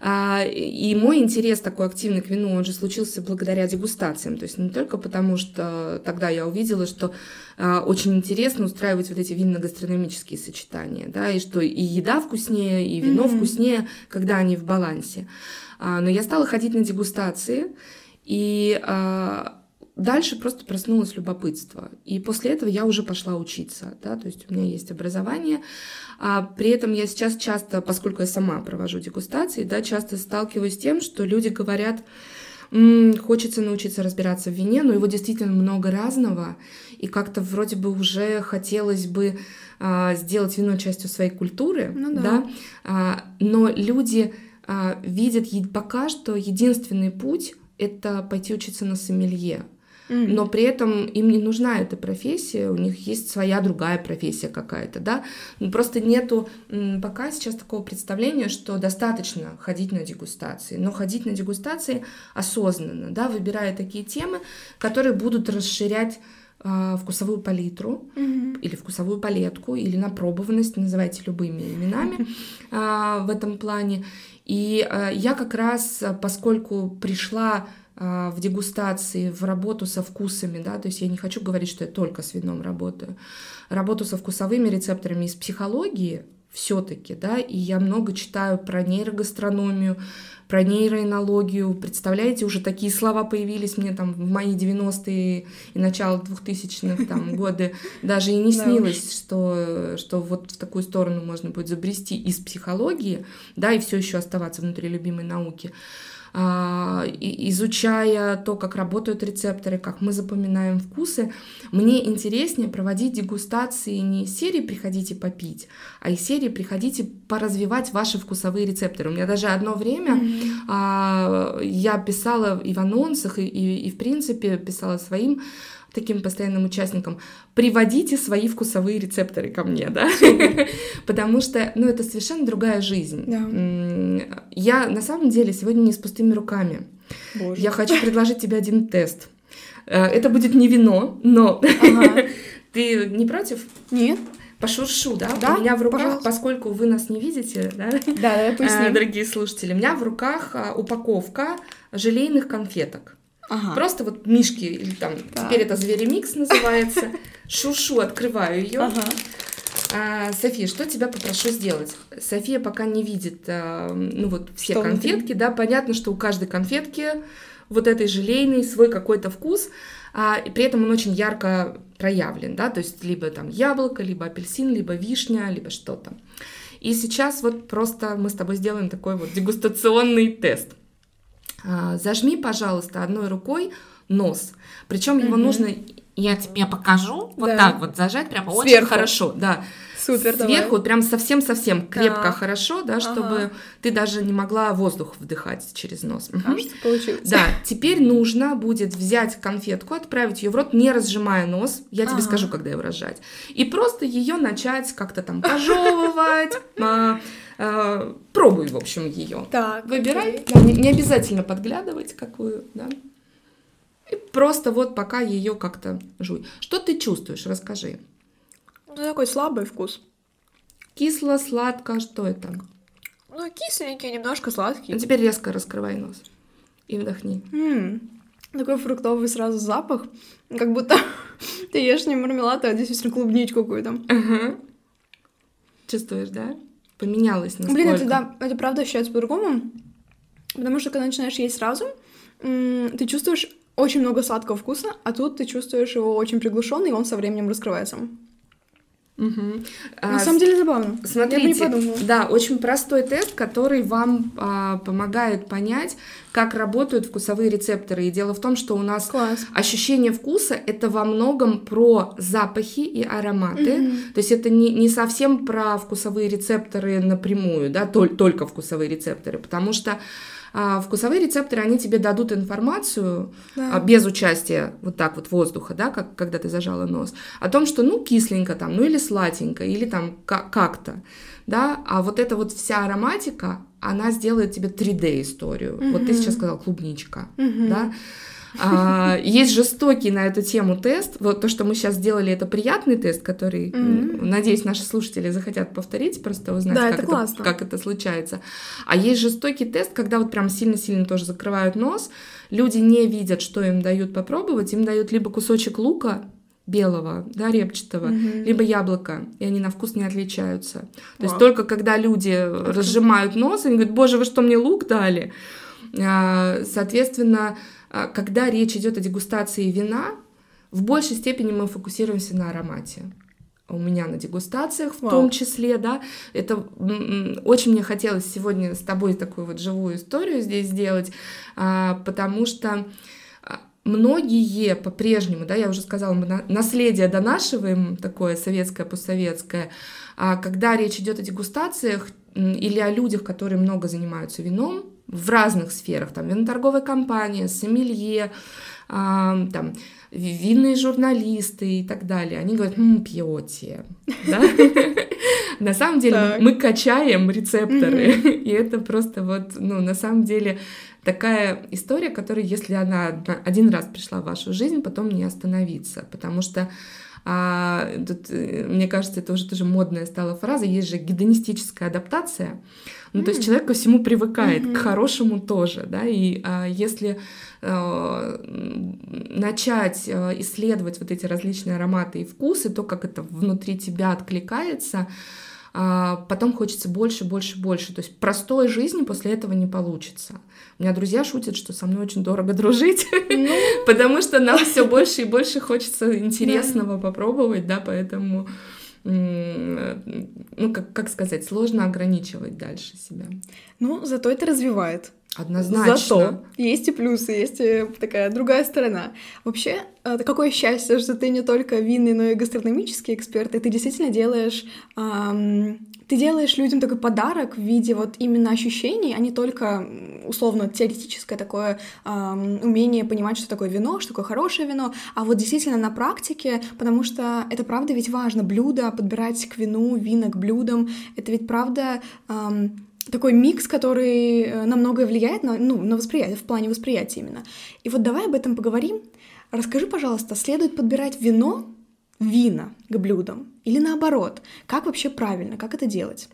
S1: И мой интерес такой активный к вину, он же случился благодаря дегустациям. То есть не только потому, что тогда я увидела, что очень интересно устраивать вот эти винно-гастрономические сочетания, да, и что и еда вкуснее, и вино вкуснее, когда они в балансе. Но я стала ходить на дегустации, и дальше просто проснулось любопытство. И после этого я уже пошла учиться, да, то есть у меня есть образование. При этом я сейчас часто, поскольку я сама провожу дегустации, да, часто сталкиваюсь с тем, что люди говорят, хочется научиться разбираться в вине, но его действительно много разного, и как-то вроде бы уже хотелось бы сделать вино частью своей культуры, но люди видят пока что единственный путь — это пойти учиться на сомелье. Но при этом им не нужна эта профессия, у них есть своя другая профессия какая-то, да. Просто нету пока сейчас такого представления, что достаточно ходить на дегустации, но ходить на дегустации осознанно, да, выбирая такие темы, которые будут расширять вкусовую палитру или вкусовую палетку, или напробованность, называйте любыми именами в этом плане. И я как раз, поскольку пришла в дегустации, в работу со вкусами, да, то есть я не хочу говорить, что я только с вином работаю, работу со вкусовыми рецепторами из психологии все-таки, да, и я много читаю про нейрогастрономию, про нейроэнологию. Представляете, уже такие слова появились мне там в мои 90-е и начало 2000-х там годы, даже и не снилось, что вот в такую сторону можно будет забрести из психологии, да, и все еще оставаться внутри любимой науки. изучая то, как работают рецепторы, как мы запоминаем вкусы, мне интереснее проводить дегустации не из серии «приходите попить», а из серии «приходите поразвивать ваши вкусовые рецепторы». У меня даже одно время я писала и в анонсах, и в принципе писала своим таким постоянным участникам: приводите свои вкусовые рецепторы ко мне, да, потому что, это совершенно другая жизнь. Я на самом деле сегодня не с пустыми руками.
S2: Боже.
S1: Я хочу предложить тебе один тест. Это будет не вино, но ты не против?
S2: Нет.
S1: Пошуршу, да?
S2: Да,
S1: у меня в руках,
S2: пожалуйста.
S1: поскольку вы нас не видите, да,
S2: поясни.
S1: дорогие слушатели, у меня в руках упаковка желейных конфеток. Просто вот мишки, или там, теперь это зверемикс называется. Шуршу, открываю ее. София, что тебя попрошу сделать? София пока не видит, все
S2: что
S1: конфетки, да, понятно, что у каждой конфетки вот этой желейной свой какой-то вкус, и при этом он очень ярко проявлен, да, то есть либо там яблоко, либо апельсин, либо вишня, либо что-то. И сейчас вот просто мы с тобой сделаем такой вот дегустационный тест. Зажми, пожалуйста, одной рукой нос. Причем его нужно, я тебе покажу, вот так вот зажать, прямо
S2: сверху.
S1: Очень хорошо, да.
S2: Супер,
S1: Сверху
S2: давай.
S1: прям совсем-совсем крепко, хорошо, да, чтобы ты даже не могла воздух вдыхать через нос.
S2: Кажется, получилось.
S1: Да, теперь нужно будет взять конфетку, отправить ее в рот, не разжимая нос, я тебе скажу, когда его разжать, и просто ее начать как-то там пожевывать, пробуй, в общем, ее.
S2: Так,
S1: выбирай, да, не обязательно подглядывать какую, да. И просто вот пока ее как-то жуй. Что ты чувствуешь? Расскажи.
S2: Такой слабый вкус.
S1: Кисло, сладко, что это?
S2: Кисленький, немножко сладкий.
S1: А теперь резко раскрывай нос и вдохни.
S2: Такой фруктовый сразу запах, как будто ты ешь не мармелад, а действительно клубничку какую-то.
S1: Чувствуешь, да? Поменялось насколько.
S2: Это правда ощущается по-другому, потому что когда начинаешь есть сразу, ты чувствуешь очень много сладкого вкуса, а тут ты чувствуешь его очень приглушенный, и он со временем раскрывается. На самом деле забавно.
S1: Смотрите,
S2: я бы не подумала.
S1: Да, очень простой тест, который вам помогает понять, как работают вкусовые рецепторы. И дело в том, что у нас ощущение вкуса — это во многом про запахи и ароматы. То есть это не совсем про вкусовые рецепторы напрямую, да, только вкусовые рецепторы, потому что вкусовые рецепторы, они тебе дадут информацию без участия вот так вот воздуха, да, как когда ты зажала нос, о том, что, кисленько там, или сладенько, или там как-то, да, а вот эта вот вся ароматика, она сделает тебе 3D-историю. Вот ты сейчас сказала клубничка, да. Есть жестокий на эту тему тест. Вот то, что мы сейчас сделали, это приятный тест, который, надеюсь, наши слушатели захотят повторить, просто узнать, как это случается. А есть жестокий тест, когда вот прям сильно-сильно тоже закрывают нос, люди не видят, что им дают попробовать, им дают либо кусочек лука белого, да, репчатого, либо яблоко, и они на вкус не отличаются. То есть только когда люди разжимают нос, они говорят: боже, вы что, мне лук дали? Соответственно, когда речь идет о дегустации вина, в большей степени мы фокусируемся на аромате. У меня на дегустациях в том числе, да. Это очень мне хотелось сегодня с тобой такую вот живую историю здесь сделать, потому что многие по-прежнему, да, я уже сказала, мы наследие донашиваем, такое советское, постсоветское, когда речь идет о дегустациях или о людях, которые много занимаются вином, в разных сферах, там, виноторговая компания, сомелье, там, винные журналисты и так далее, они говорят: пьете, да? На самом деле мы качаем рецепторы, и это просто вот, на самом деле такая история, которая, если она один раз пришла в вашу жизнь, потом не остановиться, потому что тут, мне кажется, это уже тоже модная стала фраза, есть же гедонистическая адаптация, то есть человек ко всему привыкает, к хорошему тоже, да, и если начать исследовать вот эти различные ароматы и вкусы, то, как это внутри тебя откликается, потом хочется больше. То есть простой жизни после этого не получится. У меня друзья шутят, что со мной очень дорого дружить, потому что нам все больше и больше хочется интересного попробовать, да, поэтому, как сказать, сложно ограничивать дальше себя.
S2: Зато это развивает.
S1: Однозначно.
S2: Зато есть и плюсы, есть и такая другая сторона. Вообще, какое счастье, что ты не только винный, но и гастрономический эксперт, и ты действительно делаешь людям такой подарок в виде вот именно ощущений, а не только условно теоретическое такое умение понимать, что такое вино, что такое хорошее вино, а вот действительно на практике, потому что это правда ведь важно, блюдо подбирать к вину, вина к блюдам, это ведь правда такой микс, который на многое влияет, на восприятие, в плане восприятия именно. И вот давай об этом поговорим. Расскажи, пожалуйста, следует подбирать вина к блюдам или наоборот? Как вообще правильно, как это делать?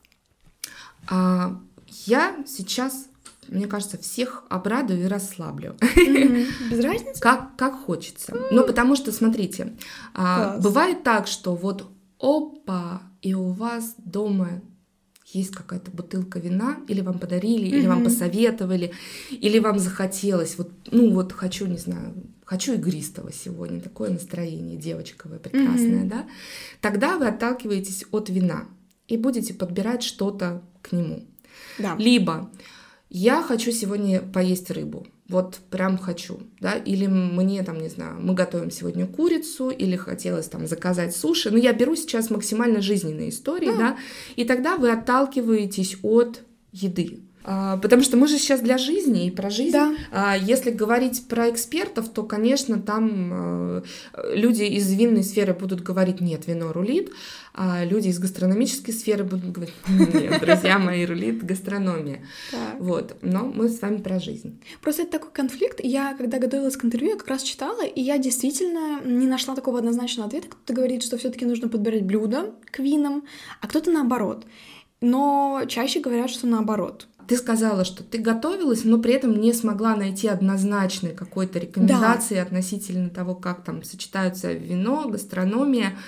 S1: Я сейчас, мне кажется, всех обрадую и расслаблю.
S2: Без разницы?
S1: Как хочется. Ну, потому что, смотрите, бывает так, что вот опа, и у вас дома есть какая-то бутылка вина, или вам подарили, или вам посоветовали, или вам захотелось, хочу, не знаю, хочу игристого сегодня, такое настроение девочковое, прекрасное, да, тогда вы отталкиваетесь от вина и будете подбирать что-то к нему.
S2: Да.
S1: Либо я хочу сегодня поесть рыбу, вот прям хочу, да, или мне там, не знаю, мы готовим сегодня курицу, или хотелось там заказать суши, но я беру сейчас максимально жизненные истории, да, и тогда вы отталкиваетесь от еды. Потому что мы же сейчас для жизни и про жизнь. Да. Если говорить про экспертов, то, конечно, там люди из винной сферы будут говорить: нет, вино рулит, а люди из гастрономической сферы будут говорить: нет, друзья мои, рулит гастрономия. Вот. Но мы с вами про жизнь.
S2: Просто это такой конфликт. Я, когда готовилась к интервью, я как раз читала, и я действительно не нашла такого однозначного ответа. Кто-то говорит, что все-таки нужно подбирать блюда к винам, а кто-то наоборот. Но чаще говорят, что наоборот.
S1: Ты сказала, что ты готовилась, но при этом не смогла найти однозначной какой-то рекомендации относительно того, как там сочетаются вино, гастрономия.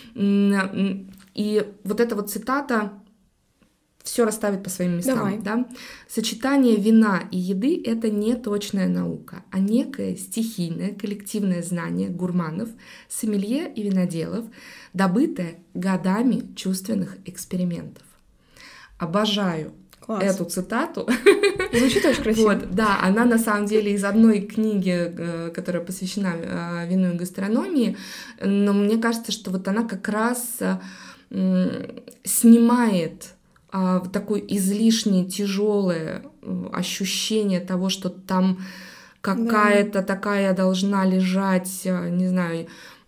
S1: И вот эта вот цитата все расставит по своим местам. Да? Сочетание вина и еды — это не точная наука, а некое стихийное коллективное знание гурманов, сомелье и виноделов, добытое годами чувственных экспериментов. Обожаю эту цитату.
S2: Звучит очень красиво.
S1: Вот, да, она на самом деле из одной книги, которая посвящена вину и гастрономии, но мне кажется, что вот она как раз снимает такое излишне тяжелое ощущение того, что там какая-то такая должна лежать, не знаю,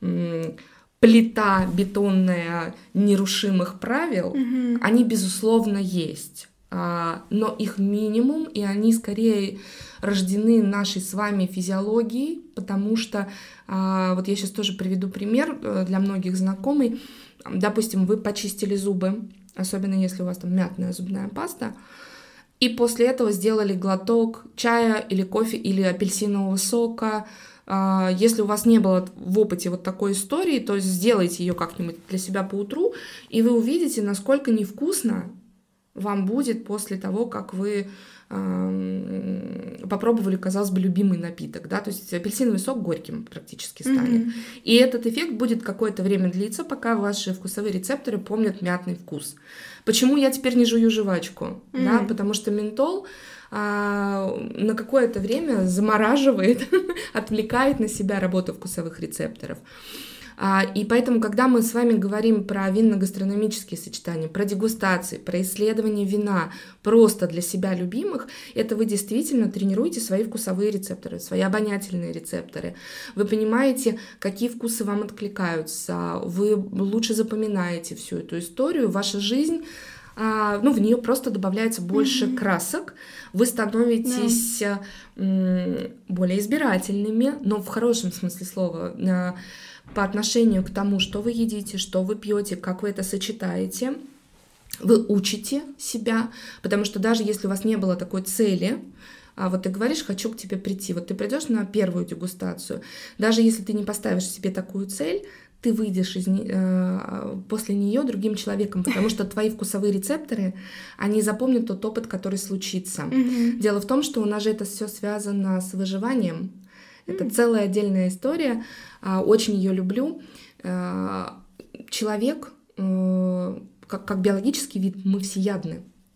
S1: плита бетонная нерушимых правил. Они, безусловно, есть. Но их минимум, и они скорее рождены нашей с вами физиологией, потому что, вот я сейчас тоже приведу пример для многих знакомый. Допустим, вы почистили зубы, особенно если у вас там мятная зубная паста, и после этого сделали глоток чая или кофе или апельсинового сока. Если у вас не было в опыте вот такой истории, то сделайте ее как-нибудь для себя поутру, и вы увидите, насколько невкусно вам будет после того, как вы попробовали, казалось бы, любимый напиток, да, то есть апельсиновый сок горьким практически станет. И этот эффект будет какое-то время длиться, пока ваши вкусовые рецепторы помнят мятный вкус. Почему я теперь не жую жвачку? Да, потому что ментол на какое-то время замораживает, отвлекает на себя работу вкусовых рецепторов. И поэтому, когда мы с вами говорим про винно-гастрономические сочетания, про дегустации, про исследование вина просто для себя любимых, это вы действительно тренируете свои вкусовые рецепторы, свои обонятельные рецепторы. Вы понимаете, какие вкусы вам откликаются, вы лучше запоминаете всю эту историю, ваша жизнь, в нее просто добавляется больше красок, вы становитесь более избирательными, но в хорошем смысле слова, по отношению к тому, что вы едите, что вы пьете, как вы это сочетаете. Вы учите себя, потому что даже если у вас не было такой цели, вот ты говоришь: хочу к тебе прийти, вот ты придешь на первую дегустацию, даже если ты не поставишь себе такую цель, ты выйдешь после нее другим человеком, потому что твои вкусовые рецепторы, они запомнят тот опыт, который случится. Дело в том, что у нас же это все связано с выживанием. Это целая отдельная история, очень ее люблю. Человек, как биологический вид, мы всеядны.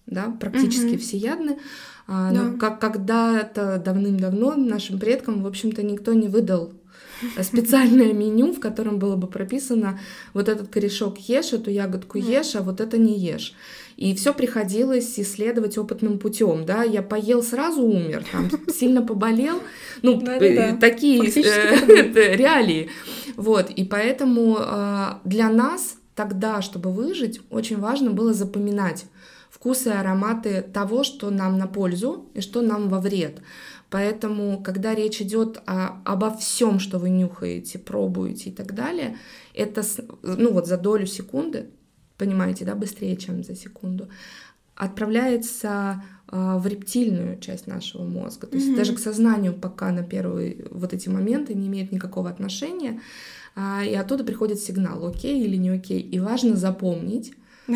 S1: да, практически всеядны. Но когда-то давным-давно нашим предкам, в общем-то, никто не выдал специальное меню, в котором было бы прописано: вот этот корешок ешь, эту ягодку ешь, а вот это не ешь. И все приходилось исследовать опытным путем, да. Я поел, сразу умер, там, сильно поболел. Ну, такие реалии. Вот, и поэтому для нас тогда, чтобы выжить, очень важно было запоминать вкусы и ароматы того, что нам на пользу и что нам во вред. Поэтому, когда речь идет обо всем, что вы нюхаете, пробуете и так далее, это, ну вот за долю секунды, понимаете, да, быстрее, чем за секунду, отправляется в рептильную часть нашего мозга. То есть даже к сознанию пока на первые вот эти моменты не имеет никакого отношения, и оттуда приходит сигнал, окей или не окей. И важно запомнить,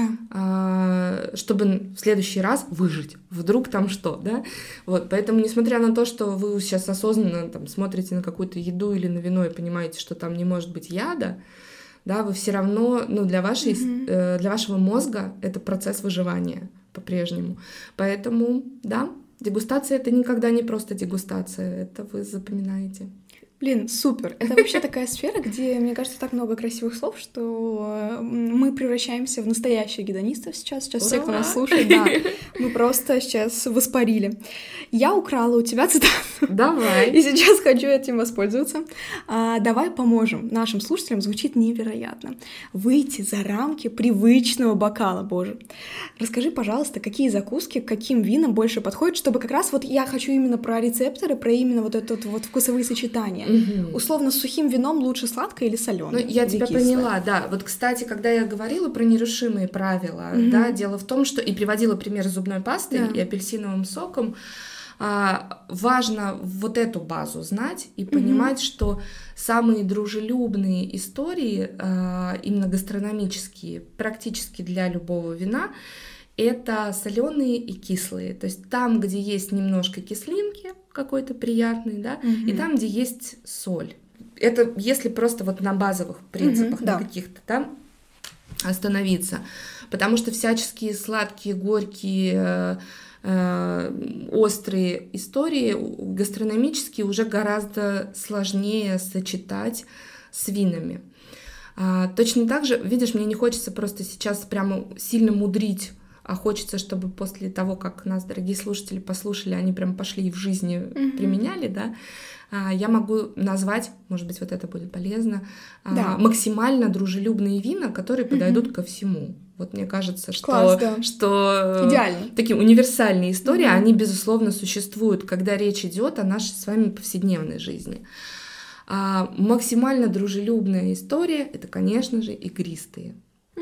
S1: чтобы в следующий раз выжить. Вдруг там что, да? Вот, поэтому, несмотря на то, что вы сейчас осознанно там смотрите на какую-то еду или на вино и понимаете, что там не может быть яда, да, вы все равно, ну, для вашего мозга это процесс выживания по-прежнему. Поэтому, да, дегустация — это никогда не просто дегустация, это вы запоминаете.
S2: Блин, супер. Это вообще такая сфера, где, мне кажется, так много красивых слов, что мы превращаемся в настоящих гедонистов сейчас. Сейчас все, кто нас слушает, да, мы просто сейчас воспарили. Я украла у тебя цитату.
S1: Давай.
S2: И сейчас хочу этим воспользоваться. Давай поможем нашим слушателям. Звучит невероятно. Выйти за рамки привычного бокала, боже. Расскажи, пожалуйста, какие закуски к каким винам больше подходят, чтобы как раз вот я хочу именно про рецепторы, про именно вот это вот вкусовые сочетания. Условно, с сухим вином лучше сладкое или соленое?
S1: Ну, я тебя поняла, да. Вот, кстати, когда я говорила про нерушимые правила, да, дело в том, что и приводила пример с зубной пастой и апельсиновым соком, важно вот эту базу знать и понимать, что самые дружелюбные истории, именно гастрономические, практически для любого вина, это соленые и кислые. То есть там, где есть немножко кислинки какой-то приятный, да, и там, где есть соль. Это если просто вот на базовых принципах, на каких-то там остановиться. Потому что всяческие сладкие, горькие, острые истории гастрономические уже гораздо сложнее сочетать с винами. Точно так же, видишь, мне не хочется просто сейчас прямо сильно мудрить, а хочется, чтобы после того, как нас дорогие слушатели послушали, они прям пошли и в жизни применяли, да, я могу назвать, может быть, вот это будет полезно, максимально дружелюбные вина, которые подойдут ко всему. Вот мне кажется, что такие универсальные истории, они, безусловно, существуют, когда речь идет о нашей с вами повседневной жизни. Максимально дружелюбная история — это, конечно же, игристые.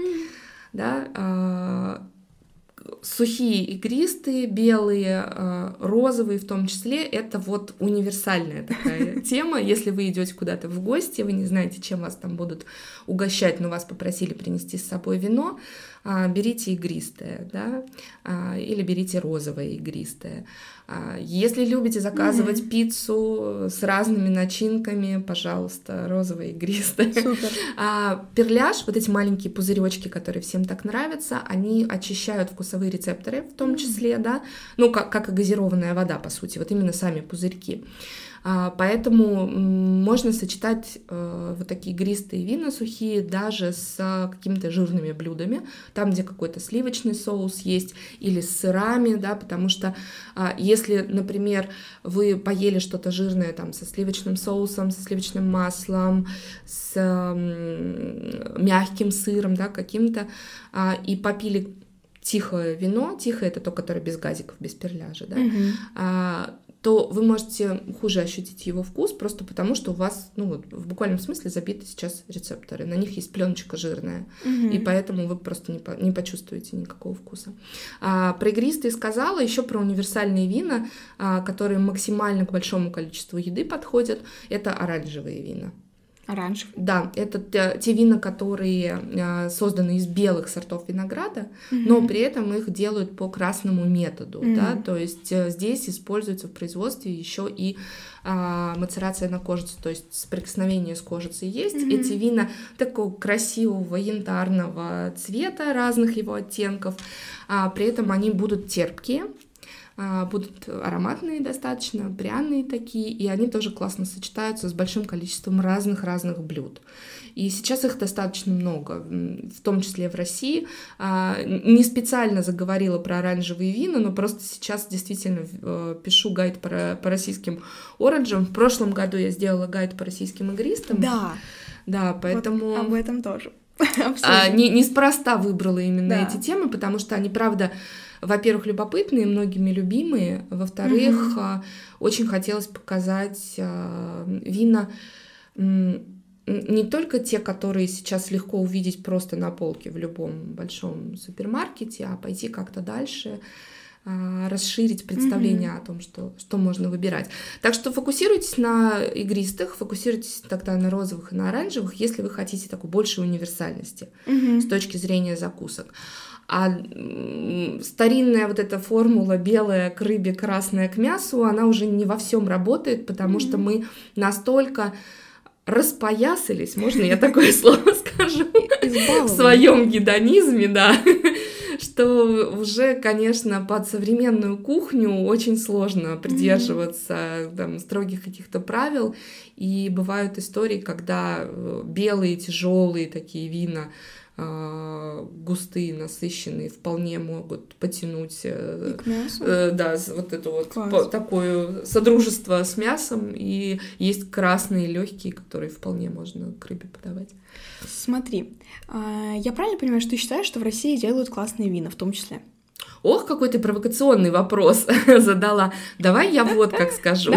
S1: Да, сухие игристые, белые, розовые в том числе, это вот универсальная такая тема. Если вы идете куда-то в гости, вы не знаете, чем вас там будут угощать, но вас попросили принести с собой вино, берите игристое, да, или берите розовое игристое. Если любите заказывать пиццу с разными начинками, пожалуйста, розовое игристое.
S2: Супер.
S1: Перляж, вот эти маленькие пузыречки, которые всем так нравятся, они очищают вкусовые рецепторы в том числе, да, ну, как и газированная вода, по сути, вот именно сами пузырьки. Поэтому можно сочетать вот такие игристые вина сухие даже с какими-то жирными блюдами, там, где какой-то сливочный соус есть, или с сырами, да, потому что если, например, вы поели что-то жирное там со сливочным соусом, со сливочным маслом, с мягким сыром, да, каким-то, и попили тихое вино, тихое — это то, которое без газиков, без перляжа, да, то вы можете хуже ощутить его вкус просто потому, что у вас, ну вот, в буквальном смысле забиты сейчас рецепторы, на них есть пленочка жирная, и поэтому вы просто не почувствуете никакого вкуса. Про игристые сказала, еще про универсальные вина, которые максимально к большому количеству еды подходят, это оранжевые вина.
S2: Оранжевый.
S1: Да, это те вина, которые созданы из белых сортов винограда, но при этом их делают по красному методу, да, то есть здесь используется в производстве еще и мацерация на кожице, то есть соприкосновение с кожицей есть. Эти вина такого красивого янтарного цвета, разных его оттенков, при этом они будут терпкие, будут ароматные достаточно, пряные такие, и они тоже классно сочетаются с большим количеством разных блюд. И сейчас их достаточно много, в том числе в России. Не специально заговорила про оранжевые вина, но просто сейчас действительно пишу гайд по российским оранжам. В прошлом году я сделала гайд по российским игристым. Да, поэтому...
S2: Вот об этом тоже.
S1: Неспроста выбрала именно эти темы, потому что они, правда, во-первых, любопытные, многими любимые, во-вторых, очень хотелось показать вина не только те, которые сейчас легко увидеть просто на полке в любом большом супермаркете, а пойти как-то дальше, расширить представление о том, что можно выбирать. Так что фокусируйтесь на игристых, фокусируйтесь тогда на розовых и на оранжевых, если вы хотите такой большей универсальности с точки зрения закусок. А старинная вот эта формула белая к рыбе, красная к мясу, она уже не во всем работает, потому что мы настолько распоясались, можно я такое слово скажу, в своем гедонизме, да, что уже, конечно, под современную кухню очень сложно придерживаться там строгих каких-то правил, и бывают истории, когда белые тяжелые такие вина, густые, насыщенные, вполне могут потянуть
S2: к мясу?
S1: Да, вот это вот такое содружество с мясом, и есть красные легкие, которые вполне можно к рыбе подавать.
S2: Смотри, я правильно понимаю, что ты считаешь, что в России делают классные вина в том числе?
S1: Ох, какой ты провокационный вопрос задала. Давай я вот как скажу.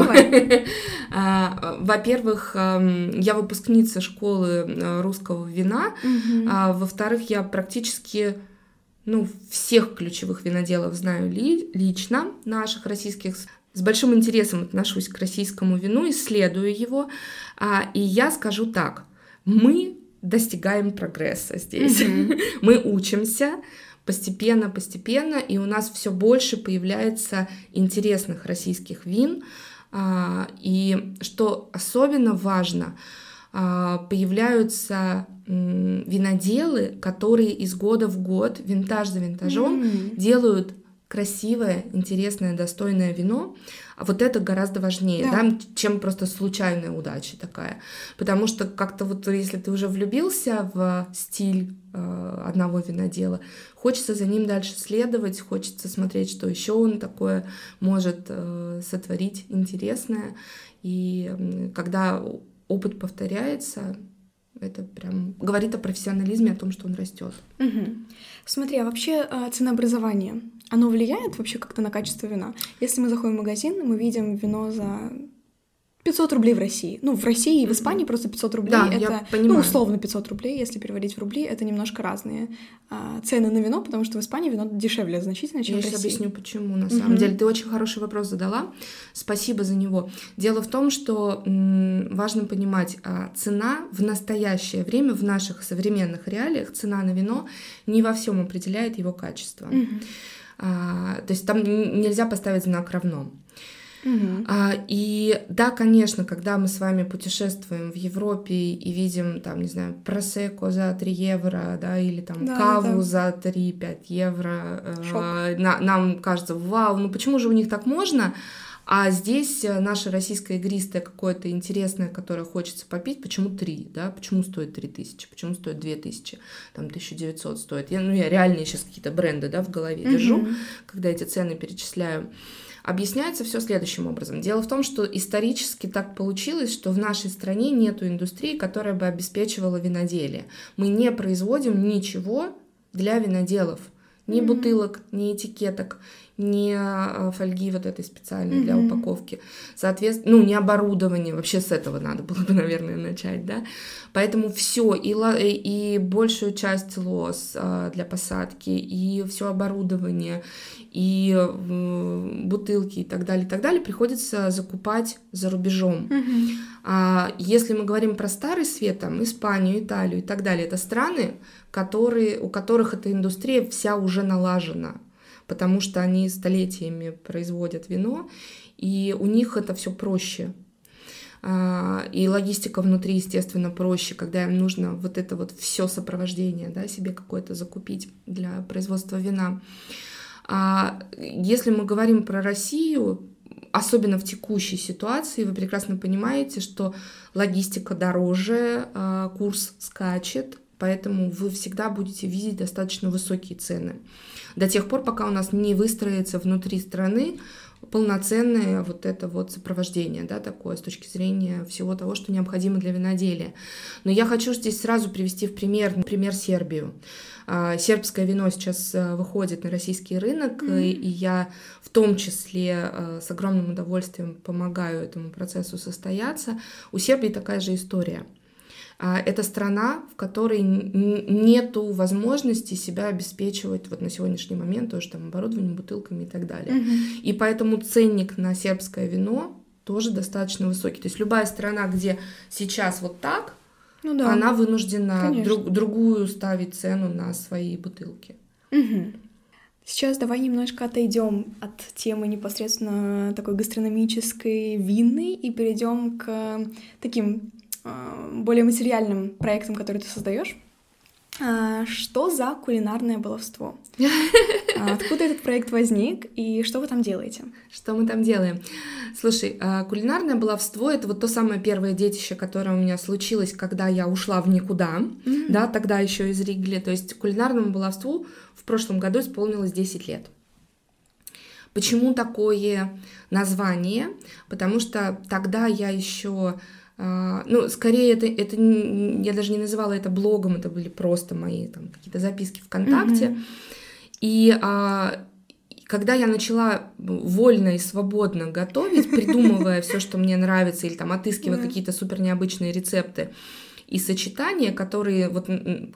S1: Во-первых, я выпускница школы русского вина. Во-вторых, я практически всех ключевых виноделов знаю лично, наших российских. С большим интересом отношусь к российскому вину, исследую его. И я скажу так. Мы достигаем прогресса здесь. Мы учимся. Постепенно, и у нас все больше появляется интересных российских вин. И что особенно важно, появляются виноделы, которые из года в год, винтаж за винтажом, делают красивое, интересное, достойное вино. А вот это гораздо важнее, да, чем просто случайная удача такая. Потому что как-то вот если ты уже влюбился в стиль одного винодела, хочется за ним дальше следовать, хочется смотреть, что еще он такое может сотворить интересное. И когда опыт повторяется, это прям говорит о профессионализме, о том, что он растет.
S2: Смотри, а вообще ценообразование, оно влияет вообще как-то на качество вина? Если мы заходим в магазин, мы видим вино за 500 рублей в России. В России и в Испании просто 500 рублей.
S1: Да,
S2: это, условно 500 рублей, если переводить в рубли, это немножко разные цены на вино, потому что в Испании вино дешевле значительно, чем в России.
S1: Я сейчас объясню, почему, на самом деле. Ты очень хороший вопрос задала, спасибо за него. Дело в том, что важно понимать, цена в настоящее время, в наших современных реалиях, цена на вино не во всем определяет его качество. То есть там нельзя поставить знак равно. И да, конечно, когда мы с вами путешествуем в Европе и видим, там, не знаю, просекко за 3 евро, да, или там каву за 3-5 евро, нам кажется, вау, почему же у них так можно? А здесь наше российское игристое какое-то интересное, которое хочется попить, почему 3, да? Почему стоит 3000, почему стоит 2000, там 1900 стоит. Я реально сейчас какие-то бренды, да, в голове держу, когда эти цены перечисляю. Объясняется все следующим образом. Дело в том, что исторически так получилось, что в нашей стране нету индустрии, которая бы обеспечивала виноделие. Мы не производим ничего для виноделов. Ни бутылок, ни этикеток, ни фольги вот этой специальной для упаковки. Соответственно, не оборудование, вообще с этого надо было бы, наверное, начать, да. Поэтому все, и большую часть лоз для посадки, и все оборудование, и бутылки и так далее, приходится закупать за рубежом. Если мы говорим про Старый Свет, там, Испанию, Италию и так далее, это страны, у которых эта индустрия вся уже налажена, потому что они столетиями производят вино, и у них это все проще. И логистика внутри, естественно, проще, когда им нужно вот это вот все сопровождение, да, себе какое-то закупить для производства вина. Если мы говорим про Россию, особенно в текущей ситуации, вы прекрасно понимаете, что логистика дороже, курс скачет, поэтому вы всегда будете видеть достаточно высокие цены. До тех пор, пока у нас не выстроится внутри страны полноценное вот это вот сопровождение, да, такое с точки зрения всего того, что необходимо для виноделия. Но я хочу здесь сразу привести в пример Сербию. Сербское вино сейчас выходит на российский рынок, и я в том числе с огромным удовольствием помогаю этому процессу состояться. У Сербии такая же история. Это страна, в которой нету возможности себя обеспечивать вот на сегодняшний момент тоже там оборудованием, бутылками и так далее. И поэтому ценник на сербское вино тоже достаточно высокий. То есть любая страна, где сейчас вот так, она вынуждена другую ставить цену на свои бутылки.
S2: Сейчас давай немножко отойдем от темы непосредственно такой гастрономической, винной, и перейдем к таким более материальным проектам, которые ты создаешь. Что за кулинарное баловство? Откуда этот проект возник и что вы там делаете?
S1: Что мы там делаем? Слушай, кулинарное баловство — это вот то самое первое детище, которое у меня случилось, когда я ушла в никуда, да, тогда еще из Ригли. То есть кулинарному баловству в прошлом году исполнилось 10 лет. Почему такое название? Потому что тогда я еще... скорее, это я даже не называла это блогом, это были просто мои там какие-то записки ВКонтакте. И когда я начала вольно и свободно готовить, придумывая все, что мне нравится, или там отыскивая какие-то супер необычные рецепты и сочетания, которые вот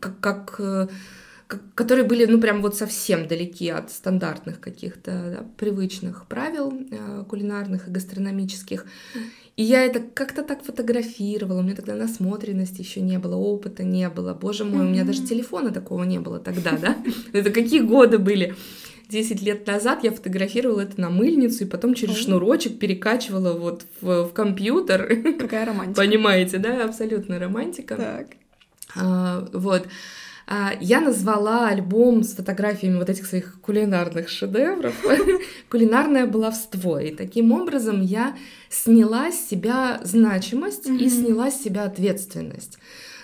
S1: которые были, прям вот совсем далеки от стандартных каких-то привычных правил кулинарных и гастрономических. И я это как-то так фотографировала, у меня тогда насмотренности еще не было, опыта не было, боже мой, у меня даже телефона такого не было тогда, да? Это какие годы были? 10 лет назад я фотографировала это на мыльницу и потом через шнурочек перекачивала вот в компьютер.
S2: Какая романтика.
S1: Понимаете, да? Абсолютно романтика.
S2: Так.
S1: Вот. Я назвала альбом с фотографиями вот этих своих кулинарных шедевров «Кулинарное баловство». И таким образом я сняла с себя значимость и сняла с себя ответственность.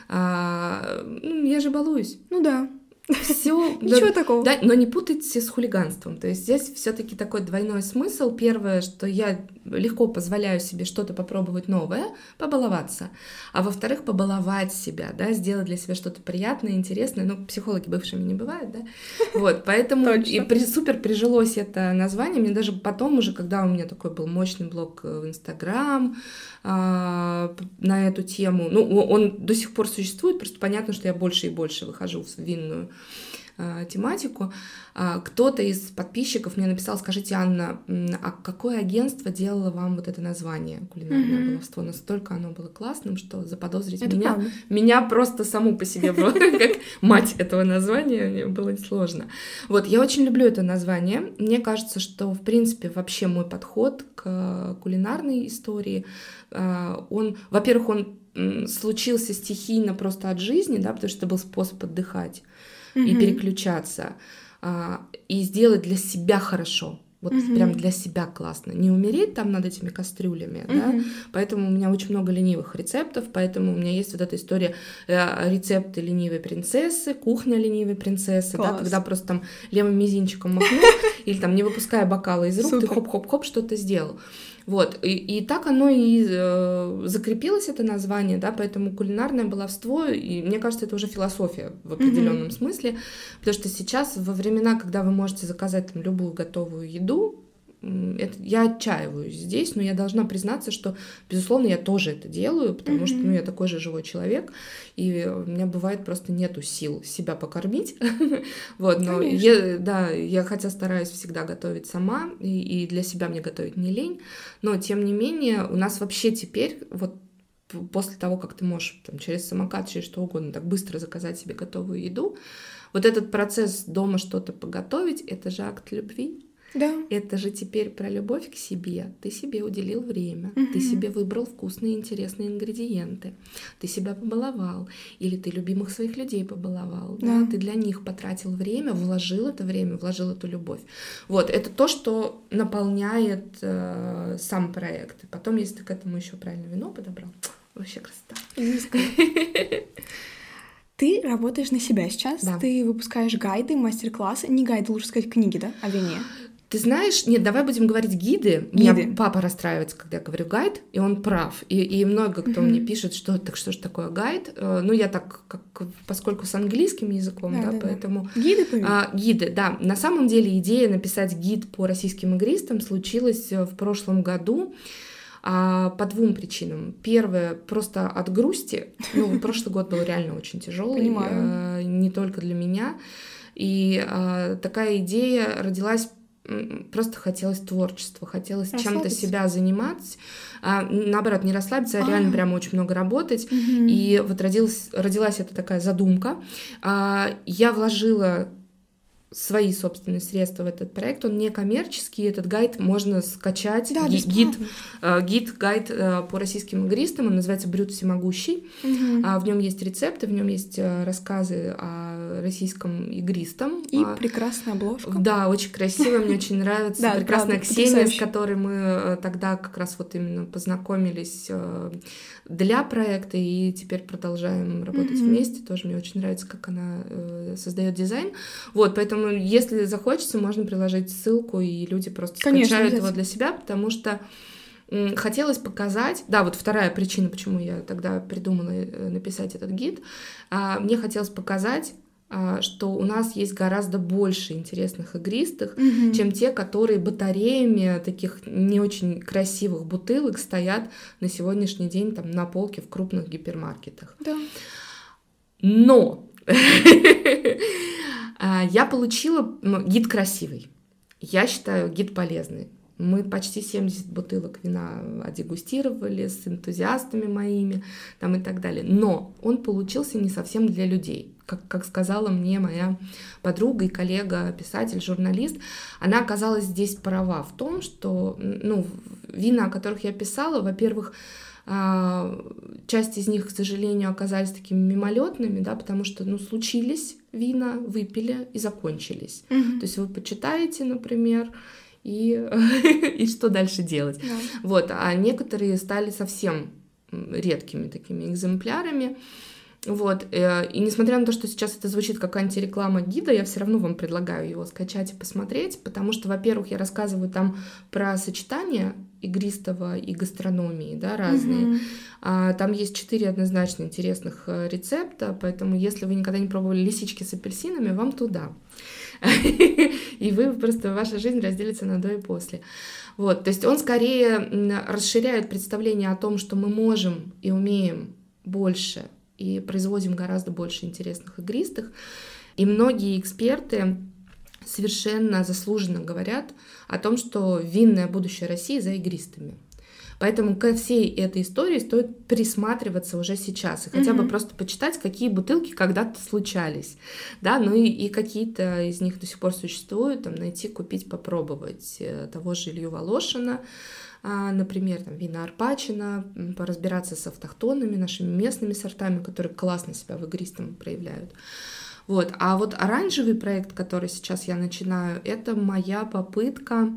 S1: Я же балуюсь.
S2: Да.
S1: Все,
S2: ничего такого.
S1: Да, но не путайте с хулиганством. То есть здесь все-таки такой двойной смысл. Первое, что я легко позволяю себе что-то попробовать новое, побаловаться. А во-вторых, побаловать себя, да, сделать для себя что-то приятное, интересное. Психологи бывшими не бывают, да? Вот, поэтому и супер прижилось это название. Мне даже потом уже, когда у меня такой был мощный блог в Инстаграм на эту тему, он до сих пор существует, просто понятно, что я больше и больше выхожу в винную тематику. Кто-то из подписчиков мне написал: скажите, Анна, а какое агентство делало вам вот это название «Кулинарное баловство»? Настолько оно было классным, что заподозрить меня просто саму по себе было, как мать этого названия, мне было сложно. Вот, я очень люблю это название. Мне кажется, что, в принципе, вообще мой подход к кулинарной истории, во-первых, он случился стихийно просто от жизни, да, потому что это был способ отдыхать и переключаться, и сделать для себя хорошо. Вот прям для себя классно. Не умереть там над этими кастрюлями, да? Поэтому у меня очень много ленивых рецептов, поэтому у меня есть вот эта история рецепты ленивой принцессы, кухня ленивой принцессы, да? Когда просто там левым мизинчиком махнул или там не выпуская бокала из рук, ты хоп-хоп-хоп что-то сделал. Вот, и так оно и закрепилось, это название, да, поэтому кулинарное баловство, и мне кажется, это уже философия в определенном смысле, потому что сейчас, во времена, когда вы можете заказать там любую готовую еду, я отчаиваюсь здесь, но я должна признаться, что, безусловно, я тоже это делаю, потому что, я такой же живой человек, и у меня бывает просто нету сил себя покормить, вот, но я хотя стараюсь всегда готовить сама, и для себя мне готовить не лень, но, тем не менее, у нас вообще теперь, вот, после того, как ты можешь там, через самокат, через что угодно так быстро заказать себе готовую еду, вот этот процесс дома что-то поготовить, это же акт любви.
S2: Да.
S1: Это же теперь про любовь к себе. Ты себе уделил время, ты себе выбрал вкусные, интересные ингредиенты, ты себя побаловал, или ты любимых своих людей побаловал, да? Ты для них потратил время, вложил эту любовь. Вот, это то, что наполняет сам проект. И потом, если ты к этому еще правильно вино подобрал, вообще красота.
S2: Ты работаешь на себя сейчас, ты выпускаешь гайды, мастер-классы, не гайды, лучше сказать книги, да, о вине.
S1: Ты знаешь, нет, давай будем говорить гиды. Меня папа расстраивается, когда я говорю гайд, и он прав. И много кто мне пишет, что так что же такое гайд. Ну, я так, поскольку с английским языком, поэтому...
S2: Гиды,
S1: гиды, да. На самом деле идея написать гид по российским игристам случилась в прошлом году. По двум причинам. Первое, просто от грусти. Ну, прошлый год был реально очень тяжелый, не только для меня. И такая идея родилась. Просто хотелось творчества, хотелось чем-то себя заниматься, наоборот, не расслабиться, а реально прям очень много работать. И вот родилась эта такая задумка. Я вложила свои собственные средства в этот проект, он не коммерческий, этот гайд можно скачать, гайд по российским игристам, он называется «Брют всемогущий», в нем есть рецепты, в нем есть рассказы о российском игристом.
S2: И прекрасная обложка.
S1: Да, очень красивая, мне очень нравится, прекрасная Ксения, с которой мы тогда как раз вот именно познакомились для проекта, и теперь продолжаем работать вместе, тоже мне очень нравится, как она создает дизайн, вот, поэтому если захочется, можно приложить ссылку, и люди просто скачают его для себя, потому что хотелось показать... Да, вот вторая причина, почему я тогда придумала написать этот гид. Мне хотелось показать, что у нас есть гораздо больше интересных игристых, чем те, которые батареями таких не очень красивых бутылок стоят на сегодняшний день там, на полке в крупных гипермаркетах.
S2: Да.
S1: Но... Я получила гид красивый. Я считаю, гид полезный. Мы почти 70 бутылок вина отдегустировали с энтузиастами моими там, и так далее. Но он получился не совсем для людей. Как сказала мне моя подруга и коллега, писатель, журналист, она оказалась здесь права в том, что вина, о которых я писала, во-первых, часть из них, к сожалению, оказались такими мимолетными, да, потому что, случились вина, выпили и закончились. То есть вы почитаете, например, и что дальше делать?
S2: Да.
S1: Вот, а некоторые стали совсем редкими такими экземплярами. Вот, и несмотря на то, что сейчас это звучит как антиреклама гида, я все равно вам предлагаю его скачать и посмотреть, потому что, во-первых, я рассказываю там про сочетания игристого и гастрономии, да, разные. Там есть 4 однозначно интересных рецепта, поэтому если вы никогда не пробовали лисички с апельсинами, вам туда. И ваша жизнь разделится на до и после. Вот, то есть он скорее расширяет представление о том, что мы можем и умеем больше, и производим гораздо больше интересных игристых. И многие эксперты совершенно заслуженно говорят о том, что винное будущее России за игристами. Поэтому ко всей этой истории стоит присматриваться уже сейчас и хотя бы просто почитать, какие бутылки когда-то случались, да, и какие-то из них до сих пор существуют, там, найти, купить, попробовать того же Илью Волошина, например, там, вина Арпачина, поразбираться с автохтонными нашими местными сортами, которые классно себя в игристом проявляют. Вот. А вот оранжевый проект, который сейчас я начинаю, это моя попытка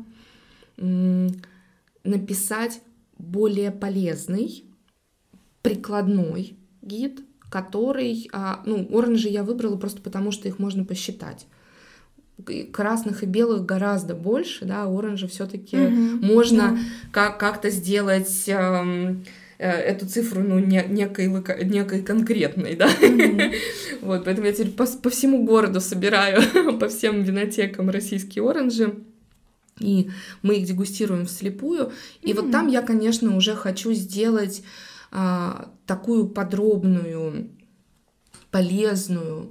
S1: написать более полезный, прикладной гид, который... оранжи я выбрала просто потому, что их можно посчитать. красных и белых гораздо больше, да, оранжи все-таки можно как-то сделать эту цифру, ну, некой конкретной, да. Вот, поэтому я теперь по всему городу собираю, по всем винотекам российские оранжи, и мы их дегустируем вслепую. И вот там я, конечно, уже хочу сделать такую подробную, полезную,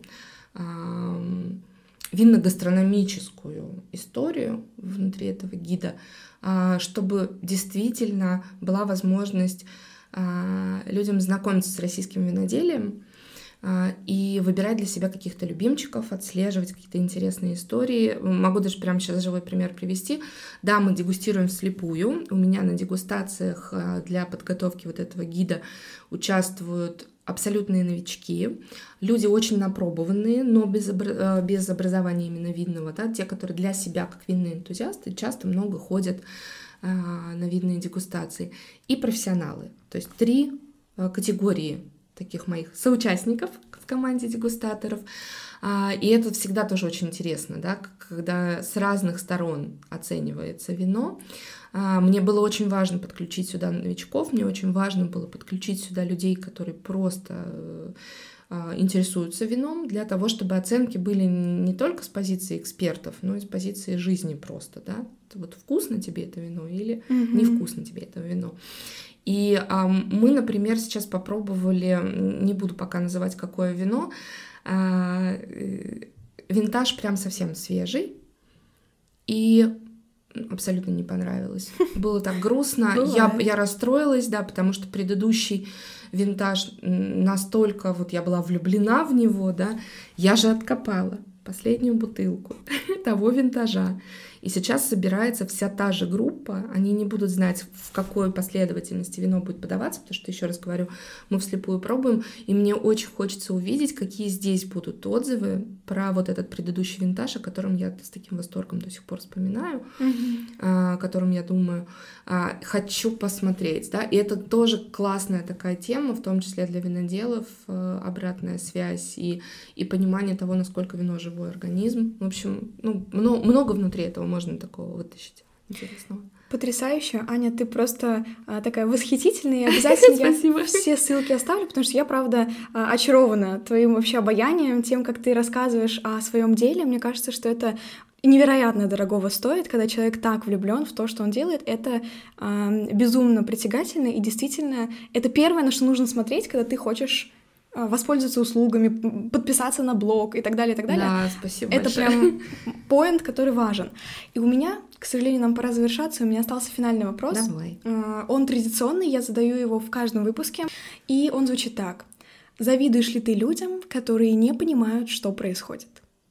S1: винно-гастрономическую историю внутри этого гида, чтобы действительно была возможность людям знакомиться с российским виноделием и выбирать для себя каких-то любимчиков, отслеживать какие-то интересные истории. Могу даже прямо сейчас живой пример привести. Да, мы дегустируем вслепую. У меня на дегустациях для подготовки вот этого гида участвуют абсолютные новички, люди очень напробованные, но без образования именно винного, да, те, которые для себя, как винные энтузиасты, часто много ходят на винные дегустации, и профессионалы. То есть 3 категории таких моих соучастников в команде дегустаторов. И это всегда тоже очень интересно, да, когда с разных сторон оценивается вино. Мне было очень важно подключить сюда новичков, мне очень важно было подключить сюда людей, которые просто интересуются вином, для того, чтобы оценки были не только с позиции экспертов, но и с позиции жизни просто, да. Вот вкусно тебе это вино или невкусно тебе это вино. И мы, например, сейчас попробовали, не буду пока называть, какое вино, винтаж прям совсем свежий, и абсолютно не понравилось. Было так грустно, я расстроилась, да, потому что предыдущий винтаж настолько, вот я была влюблена в него, да, я же откопала последнюю бутылку того винтажа. И сейчас собирается вся та же группа, они не будут знать, в какой последовательности вино будет подаваться, потому что, еще раз говорю, мы вслепую пробуем, и мне очень хочется увидеть, какие здесь будут отзывы про вот этот предыдущий винтаж, о котором я с таким восторгом до сих пор вспоминаю, о котором я думаю, хочу посмотреть, да, и это тоже классная такая тема, в том числе для виноделов, обратная связь и понимание того, насколько вино живой организм. В общем, ну, много внутри этого можно такого вытащить интересного.
S2: Потрясающе. Аня, ты просто такая восхитительная, и обязательно я все ссылки оставлю, потому что я, правда, очарована твоим вообще обаянием, тем, как ты рассказываешь о своем деле. Мне кажется, что это невероятно дорогого стоит, когда человек так влюблен в то, что он делает. Это безумно притягательно, и действительно, это первое, на что нужно смотреть, когда ты хочешь воспользоваться услугами, подписаться на блог и так далее, и так далее.
S1: Да, спасибо
S2: это
S1: большое.
S2: Прям поинт, который важен. И у меня, к сожалению, нам пора завершаться, у меня остался финальный вопрос.
S1: Давай.
S2: Он традиционный, я задаю его в каждом выпуске, и он звучит так. Завидуешь ли ты людям, которые не понимают, что происходит?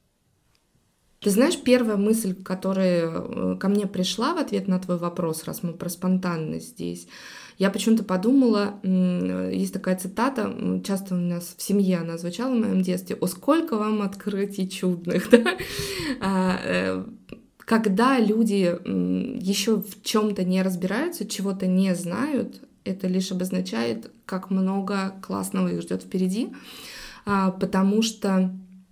S1: Ты знаешь, первая мысль, которая ко мне пришла в ответ на твой вопрос, раз мы про спонтанность здесь, я почему-то подумала, есть такая цитата, часто у нас в семье она звучала в моем детстве: «О, сколько вам открытий чудных!» да? Когда люди еще в чем-то не разбираются, чего-то не знают, это лишь обозначает, как много классного их ждет впереди, потому что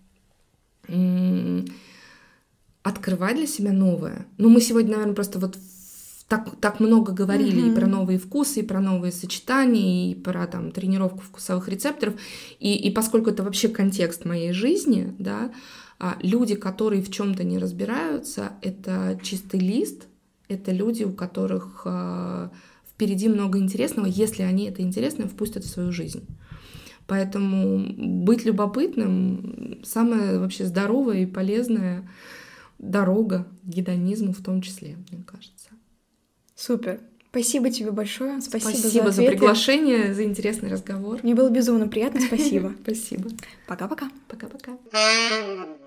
S1: открывать для себя новое. Ну, мы сегодня, наверное, просто вот так много говорили и про новые вкусы, и про новые сочетания, и про там тренировку вкусовых рецепторов. И поскольку это вообще контекст моей жизни, да, люди, которые в чем-то не разбираются, это чистый лист, это люди, у которых впереди много интересного, если они это интересное впустят в свою жизнь. Поэтому быть любопытным — самая вообще здоровая и полезная дорога к гедонизму в том числе, мне кажется.
S2: Супер. Спасибо тебе большое.
S1: Спасибо за приглашение, за интересный разговор.
S2: Мне было безумно приятно. Спасибо.
S1: Спасибо.
S2: Пока-пока.
S1: Пока-пока.